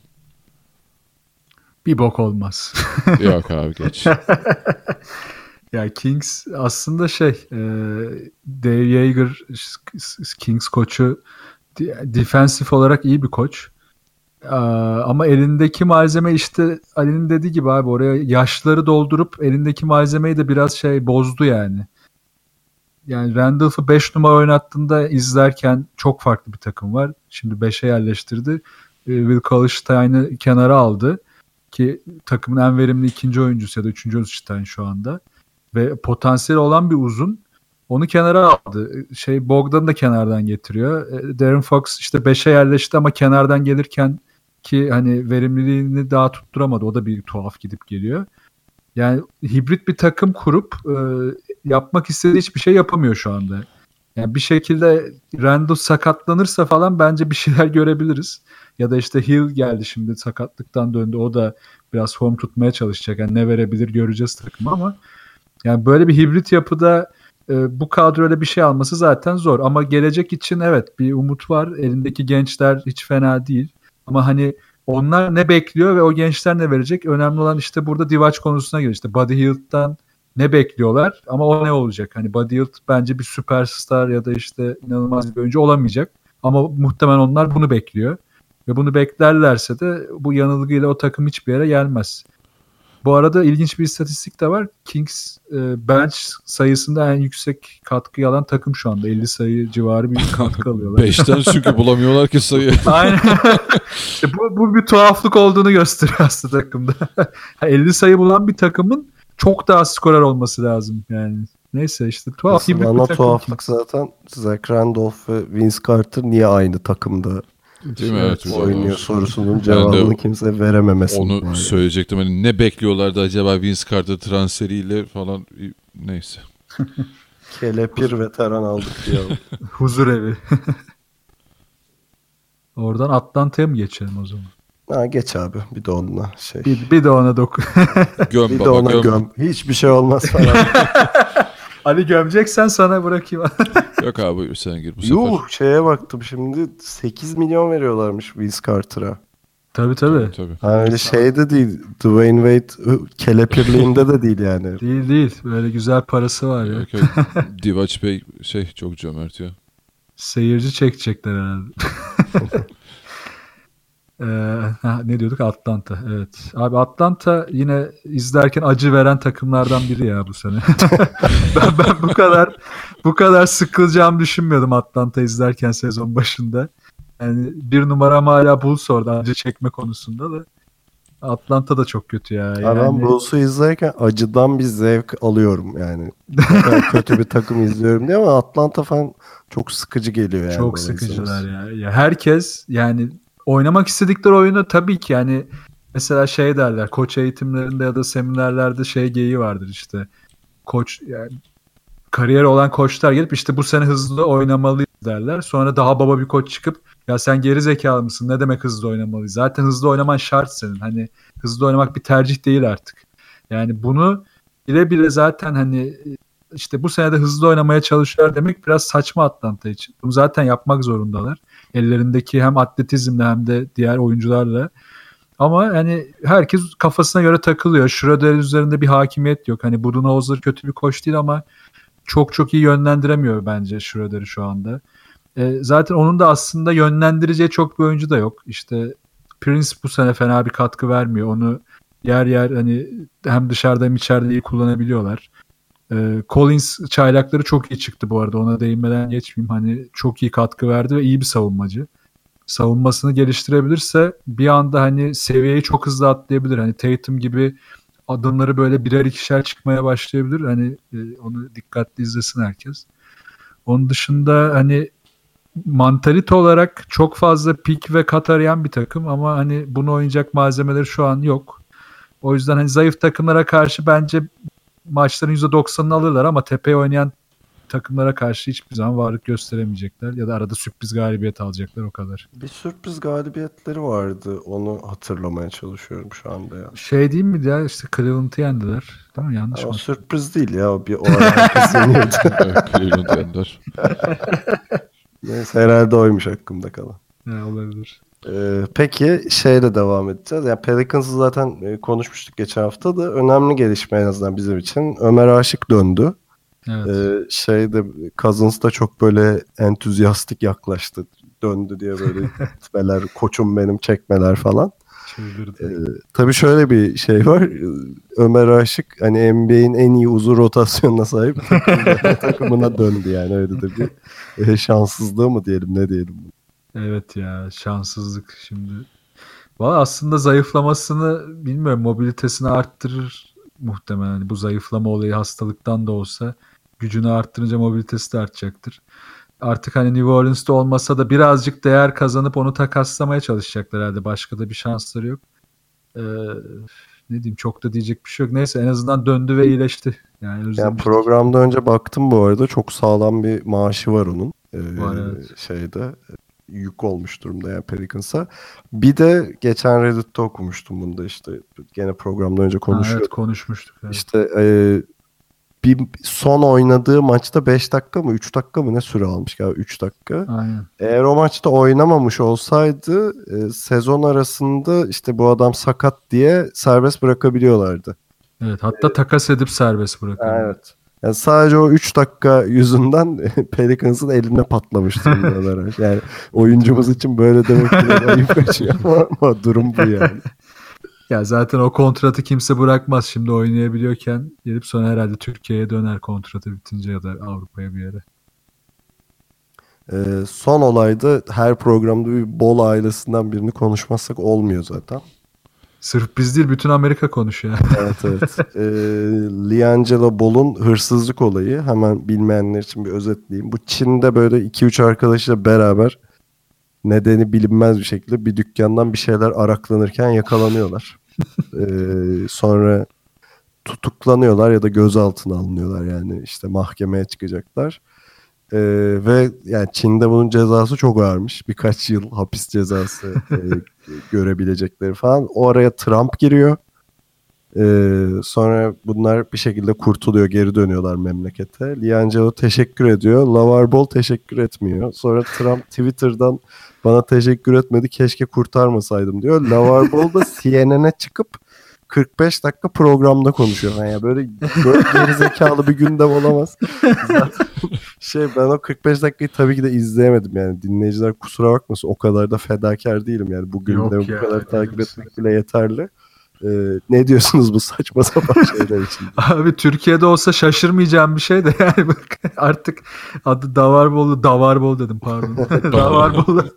Speaker 5: Bir bok olmaz.
Speaker 4: Yok abi geç.
Speaker 5: Ya Kings aslında şey e, Dave Yeager Kings koçu defensif olarak iyi bir koç. E, ama elindeki malzeme işte Ali'nin dediği gibi abi, oraya yaşları doldurup elindeki malzemeyi de biraz şey bozdu yani. Yani Randolph'ı beş numara oynattığında izlerken çok farklı bir takım var. Şimdi beşe yerleştirdi. Will Cauley-Stein'ı kenara aldı. Ki takımın en verimli ikinci oyuncusu ya da üçüncü oyuncusu Stein şu anda. Ve potansiyeli olan bir uzun. Onu kenara aldı. Şey Bogdan'ı da kenardan getiriyor. De'Aaron Fox işte beşe yerleşti ama kenardan gelirken ki hani verimliliğini daha tutturamadı. O da bir tuhaf gidip geliyor. Yani hibrit bir takım kurup e, yapmak istediği hiçbir şey yapamıyor şu anda. Yani bir şekilde Randall sakatlanırsa falan bence bir şeyler görebiliriz. Ya da işte Hill geldi şimdi, sakatlıktan döndü. O da biraz form tutmaya çalışacak. Yani ne verebilir göreceğiz takım ama yani böyle bir hibrit yapıda e, bu kadroyla bir şey alması zaten zor. Ama gelecek için evet bir umut var. Elindeki gençler hiç fena değil. Ama hani onlar ne bekliyor ve o gençler ne verecek? Önemli olan işte burada Divac konusuna geliyor. İşte Buddy Hield'dan ne bekliyorlar ama o ne olacak? Hani Buddy Hield bence bir süperstar ya da işte inanılmaz bir oyuncu olamayacak. Ama muhtemelen onlar bunu bekliyor. Ve bunu beklerlerse de bu yanılgıyla o takım hiçbir yere gelmez. Bu arada ilginç bir istatistik de var. Kings e, bench sayısında en yüksek katkı alan takım şu anda. elli sayı civarı bir katkı alıyorlar.
Speaker 4: Beşten çünkü bulamıyorlar ki sayı.
Speaker 5: Aynen. İşte bu, bu bir tuhaflık olduğunu gösteriyor aslında takımda. elli sayı bulan bir takımın çok daha skorer olması lazım yani. Neyse işte tuhaf gibi bir
Speaker 3: takım. Bana tuhaflık
Speaker 5: Kings.
Speaker 3: zaten Zach Randolph ve Vince Carter niye aynı takımda
Speaker 4: değil mi? Evet,
Speaker 3: oynuyor sorusunun cevabını
Speaker 4: de,
Speaker 3: kimse verememesi.
Speaker 4: Onu
Speaker 3: yani.
Speaker 4: söyleyecektim. Hani ne bekliyorlardı acaba Vince Carter transferiyle falan, neyse.
Speaker 3: Kelepir veteran aldık diyor.
Speaker 5: Huzur evi. Oradan Atlanta'ya mı geçelim o zaman?
Speaker 3: Ha, geç abi bir de onunla şey.
Speaker 5: Bir, bir de ona dokun.
Speaker 4: Göm
Speaker 3: Bir de
Speaker 4: baba
Speaker 3: ona
Speaker 4: göm.
Speaker 3: göm. Hiçbir şey olmaz falan.
Speaker 5: Ali gömeceksen sana bırakayım.
Speaker 4: Yok abi sen gir bu sefer.
Speaker 3: Yuh şeye baktım şimdi sekiz milyon veriyorlarmış Vince Carter'a.
Speaker 5: Tabii tabii.
Speaker 4: Tabii.
Speaker 3: Ha öyle şey de değil. Dwayne Wade ı, kelepirliğinde de değil yani.
Speaker 5: Değil değil. Böyle güzel parası var ya.
Speaker 4: Yok, yok. Divaç Bey şey çok cömert ya.
Speaker 5: Seyirci çekecekler herhalde. Ee, ha, ne diyorduk? Atlanta. Evet. Abi Atlanta yine izlerken acı veren takımlardan biri ya bu sene. ben, ben bu kadar bu kadar sıkılacağımı düşünmüyordum Atlanta izlerken sezon başında. Yani bir numaram hala Bulls orada acı çekme konusunda da. Atlanta da çok kötü ya.
Speaker 3: Ya
Speaker 5: Yani,
Speaker 3: ben Bulls'u izlerken acıdan bir zevk alıyorum yani. Ne kadar kötü bir takım izliyorum diye ama Atlanta falan çok sıkıcı geliyor yani.
Speaker 5: çok
Speaker 3: bana
Speaker 5: sıkıcılar
Speaker 3: izlemesi.
Speaker 5: ya. Ya herkes yani oynamak istedikleri oyunu tabii ki yani mesela şey derler koç eğitimlerinde ya da seminerlerde şey geyiği vardır işte. Koç yani kariyeri olan koçlar gelip işte bu sene hızlı oynamalıyız derler. Sonra daha baba bir koç çıkıp ya sen geri zekalı mısın? Ne demek hızlı oynamalıyız? Zaten hızlı oynaman şart senin. Hani hızlı oynamak bir tercih değil artık. Yani bunu bile bile zaten hani işte bu sene de hızlı oynamaya çalışıyorlar demek biraz saçma Atlanta için. Bunu zaten yapmak zorundalar. Ellerindeki hem atletizmle hem de diğer oyuncularla. Ama hani herkes kafasına göre takılıyor. Schroeder üzerinde bir hakimiyet yok. Hani Budenholzer kötü bir koç değil ama çok çok iyi yönlendiremiyor bence Schroeder'i şu anda. E, zaten onun da aslında yönlendireceği çok bir oyuncu da yok. İşte Prince bu sene fena bir katkı vermiyor. Onu yer yer hani hem dışarıda hem içeride iyi kullanabiliyorlar. E, Collins çaylakları çok iyi çıktı bu arada. Ona değinmeden geçmeyeyim. Hani çok iyi katkı verdi ve iyi bir savunmacı. Savunmasını geliştirebilirse bir anda hani seviyeyi çok hızlı atlayabilir. Hani Tatum gibi adımları böyle birer ikişer çıkmaya başlayabilir. Hani e, onu dikkatli izlesin herkes. Onun dışında hani mantalite olarak çok fazla pik ve kat arayan bir takım ama hani bunu oynayacak malzemeleri şu an yok. O yüzden hani zayıf takımlara karşı bence maçların yüzde doksanını alırlar ama tepeye oynayan takımlara karşı hiçbir zaman varlık gösteremeyecekler ya da arada sürpriz galibiyet alacaklar o kadar.
Speaker 3: Bir sürpriz galibiyetleri vardı. Onu hatırlamaya çalışıyorum şu anda ya.
Speaker 5: Şey değil mi ya işte Cleveland'ı yendiler. Değil mi? Yanlış
Speaker 3: Ya o
Speaker 5: mı?
Speaker 3: sürpriz değil ya. O bir o ara herkes yeniyordu.
Speaker 4: Evet, Cleveland Ender.
Speaker 3: Neyse herhalde oymuş hakkımda kalan.
Speaker 5: Ya, olabilir.
Speaker 3: Ee, peki şeyle devam edeceğiz. Yani Pelicans'ı zaten e, konuşmuştuk geçen hafta da önemli gelişme en azından bizim için. Ömer Aşık döndü.
Speaker 5: Evet.
Speaker 3: Ee, şeyde Cousins da çok böyle entüzyastik yaklaştı. Döndü diye böyle gitmeler, koçum benim çekmeler falan.
Speaker 5: Çıldırdı.
Speaker 3: Ee, tabii şöyle bir şey var. Ömer Aşık hani N B A'in en iyi uzun rotasyonuna sahip takımına, takımına döndü yani öyle de bir e, şanssızlığı mı diyelim ne diyelim.
Speaker 5: Evet ya şanssızlık şimdi. Valla aslında zayıflamasını bilmiyorum mobilitesini arttırır muhtemelen. Hani bu zayıflama olayı hastalıktan da olsa gücünü arttırınca mobilitesi de artacaktır. Artık hani New Orleans'ta olmasa da birazcık değer kazanıp onu takaslamaya çalışacaklar herhalde. Başka da bir şansları yok. Ee, ne diyeyim çok da diyecek bir şey yok. Neyse en azından döndü ve iyileşti. Yani,
Speaker 3: Yani
Speaker 5: özlemiştik.
Speaker 3: programda önce baktım bu arada çok sağlam bir maaşı var onun. Ee,
Speaker 5: Var, evet.
Speaker 3: Şeyde yük olmuş durumda yani Pelicans'a. Bir de geçen Reddit'te okumuştum bunu da işte gene programdan önce
Speaker 5: Ha,
Speaker 3: konuşuyorduk.
Speaker 5: evet konuşmuştuk. Evet.
Speaker 3: İşte e, bir son oynadığı maçta beş dakika mı üç dakika mı ne süre almış galiba üç dakika.
Speaker 5: Aynen.
Speaker 3: Eğer o maçta oynamamış olsaydı e, sezon arasında işte bu adam sakat diye serbest bırakabiliyorlardı.
Speaker 5: Evet hatta takas edip serbest bırakıyor.
Speaker 3: Evet. Yani sadece o üç dakika yüzünden Pelicans'ın elinde patlamış durumdalar. Yani oyuncumuz için böyle demek ki de ayıp kaçıyor ama, ama durum bu yani.
Speaker 5: Ya zaten o kontratı kimse bırakmaz. Şimdi oynayabiliyorken gelip sonra herhalde Türkiye'ye döner kontratı bitince ya da Avrupa'ya bir yere.
Speaker 3: Ee, son olayda her programda bir Bol ailesinden birini konuşmazsak olmuyor zaten.
Speaker 5: Sırf biz değil bütün Amerika konuşuyor.
Speaker 3: Evet evet. Ee, LiAngelo Ball'un hırsızlık olayı. Hemen bilmeyenler için bir özetleyeyim. Bu Çin'de böyle iki üç arkadaşıyla beraber nedeni bilinmez bir şekilde bir dükkandan bir şeyler araklanırken yakalanıyorlar. ee, sonra tutuklanıyorlar ya da gözaltına alınıyorlar, yani işte mahkemeye çıkacaklar. Ee, ve yani Çin'de bunun cezası çok ağırmış. Birkaç yıl hapis cezası e, görebilecekleri falan. O araya Trump giriyor. Ee, sonra bunlar bir şekilde kurtuluyor, geri dönüyorlar memlekete. Liangelo teşekkür ediyor. LeVar Ball teşekkür etmiyor. Sonra Trump Twitter'dan bana teşekkür etmedi, keşke kurtarmasaydım diyor. LeVar Ball da C N N'e çıkıp kırk beş dakika programda konuşuyor. Yani böyle, böyle gerizekalı bir gündem olamaz. Zaten şey, ben o kırk beş dakikayı tabii ki de izleyemedim yani. Dinleyiciler kusura bakmasın, o kadar da fedakar değilim yani. Bu gündemi bu kadar takip etmek bile yeterli. Ee, ne diyorsunuz bu saçma sapan şeyler için?
Speaker 5: Abi Türkiye'de olsa şaşırmayacağım bir şey de yani bak, artık adı Davarbol'u Davarbol dedim pardon. Davarbol'u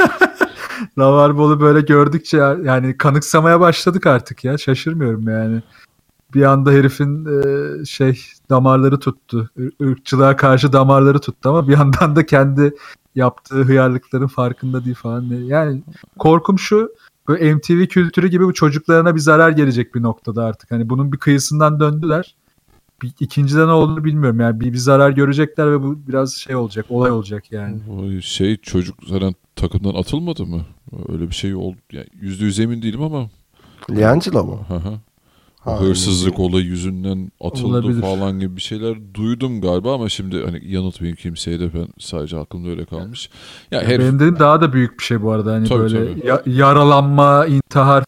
Speaker 5: Davarbol'u böyle gördükçe yani kanıksamaya başladık artık ya, şaşırmıyorum yani. Bir anda herifin e, şey damarları tuttu. Irkçılığa karşı damarları tuttu ama bir yandan da kendi yaptığı hıyarlıkların farkında değil falan. Yani korkum şu, böyle M T V kültürü gibi bu çocuklarına bir zarar gelecek bir noktada artık. Hani bunun bir kıyısından döndüler. Bir, ikincide ne olduğunu bilmiyorum. Yani bir, bir zarar görecekler ve bu biraz şey olacak, olay olacak yani.
Speaker 4: O şey, çocuk zaten takımdan atılmadı mı? Öyle bir şey oldu. Yani yüzde yüz emin değilim ama.
Speaker 3: Liangelo mu?
Speaker 4: Hı hı.
Speaker 3: Ha,
Speaker 4: Hırsızlık olayı yüzünden atıldı
Speaker 5: olabilir
Speaker 4: falan gibi bir şeyler duydum galiba ama şimdi hani yanıltmayayım kimseye de, ben sadece aklımda öyle kalmış. Ya
Speaker 5: Ya
Speaker 4: herif...
Speaker 5: benim dediğim daha da büyük bir şey bu arada. Hani
Speaker 4: Tabii,
Speaker 5: böyle
Speaker 4: tabii.
Speaker 5: ya- yaralanma, intihar.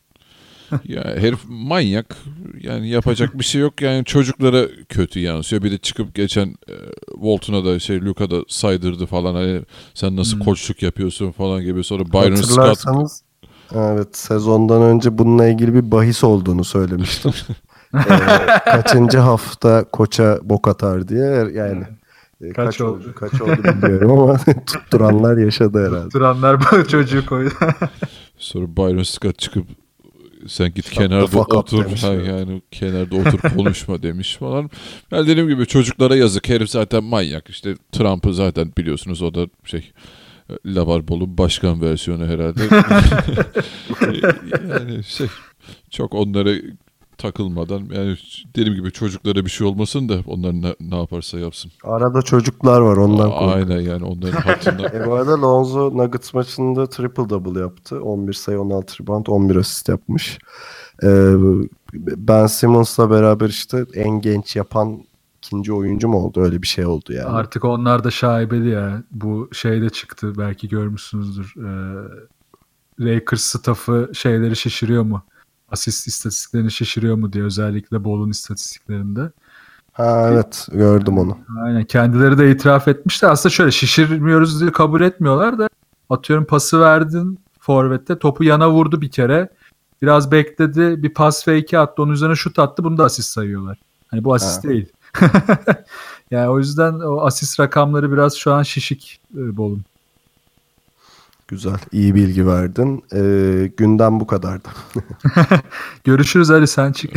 Speaker 4: Ya herif manyak, yani yapacak bir şey yok, yani çocuklara kötü yansıyor. Bir de çıkıp geçen e, Walton'a da şey Luka da saydırdı falan, hani sen nasıl
Speaker 5: Hmm.
Speaker 4: koçluk yapıyorsun falan gibi. Sonra Byron Scott,
Speaker 3: Hatırlarsanız evet, sezondan önce bununla ilgili bir bahis olduğunu söylemiştim. ee, kaçıncı hafta koça bok atar diye yani. e,
Speaker 5: Kaç
Speaker 3: kaç,
Speaker 5: oldu?
Speaker 3: oldu kaç oldu bilmiyorum ama tutturanlar yaşadı herhalde.
Speaker 5: Duranlar bu çocuğu koydu.
Speaker 4: sonra Byron Scott çıkıp sen git
Speaker 3: Shut the
Speaker 4: kenarda
Speaker 3: fuck up
Speaker 4: otur,
Speaker 3: demiş
Speaker 4: ha,
Speaker 3: ya.
Speaker 4: yani kenarda otur konuşma demiş falan. Ben dediğim gibi çocuklara yazık, herif zaten manyak. İşte Trump'ı zaten biliyorsunuz, o da şey LeVar Ball'un başkan versiyonu herhalde. Yani şey, çok onlara takılmadan, yani dediğim gibi çocuklara bir şey olmasın da onlar ne, ne yaparsa yapsın.
Speaker 3: Arada çocuklar var, ondan
Speaker 4: Aa,
Speaker 3: korkuyorum.
Speaker 4: aynen, yani onların hatırına.
Speaker 3: E bu arada Lonzo Nuggets maçında triple double yaptı. on bir sayı, on altı rebound, on bir asist yapmış. Ee, Ben Simmons'la beraber işte en genç yapan ikinci oyuncu mu oldu? Öyle bir şey oldu yani.
Speaker 5: Artık onlar da şaibeli ya. Bu şey de çıktı, belki görmüşsünüzdür. Ee, Lakers staff'ı şeyleri şişiriyor mu? Asist istatistiklerini şişiriyor mu diye, özellikle Ball'un istatistiklerinde.
Speaker 3: Ha evet, gördüm onu.
Speaker 5: Aynen, kendileri de itiraf etmişler. Aslında şöyle, şişirmiyoruz diye kabul etmiyorlar da, atıyorum pası verdin forvette, topu yana vurdu bir kere. Biraz bekledi, bir pas fake'i attı, onun üzerine şut attı, bunu da asist sayıyorlar. Hani bu asist
Speaker 3: Ha.
Speaker 5: değil. Yani o yüzden o asist rakamları biraz şu an şişik e, Ball'un.
Speaker 3: Güzel, iyi bilgi verdin. Ee, gündem bu kadardı.
Speaker 5: Görüşürüz, hadi sen çık.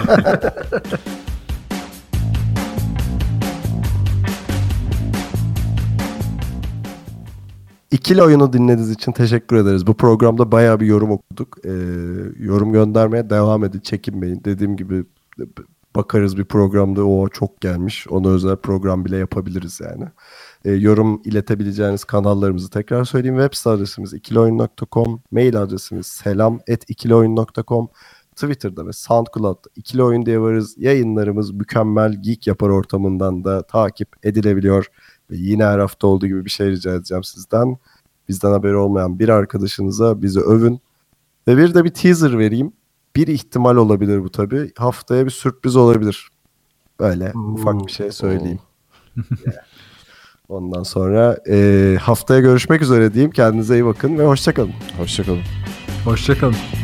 Speaker 3: İkili oyunu dinlediğiniz için teşekkür ederiz. Bu programda bayağı bir yorum okuduk. Ee, yorum göndermeye devam edin, çekinmeyin. Dediğim gibi bakarız bir programda o çok gelmiş, ona özel program bile yapabiliriz yani. Ee, yorum iletebileceğiniz kanallarımızı tekrar söyleyeyim. Web site adresimiz ikilioyun nokta com, mail adresimiz selam at ikilioyun nokta com, Twitter'da ve SoundCloud'da İkili Oyun diye varız. Yayınlarımız mükemmel Geek Yapar ortamından da takip edilebiliyor. Ve yine her hafta olduğu gibi bir şey rica edeceğim sizden. Bizden haberi olmayan bir arkadaşınıza bizi övün. Ve bir de bir teaser vereyim. Bir ihtimal olabilir bu tabii. Haftaya bir sürpriz olabilir. Böyle
Speaker 5: Oo.
Speaker 3: ufak bir şey söyleyeyim. Yeah. Ondan sonra e, haftaya görüşmek üzere diyeyim. Kendinize iyi bakın ve hoşça kalın.
Speaker 4: Hoşçakalın.
Speaker 5: Hoşçakalın.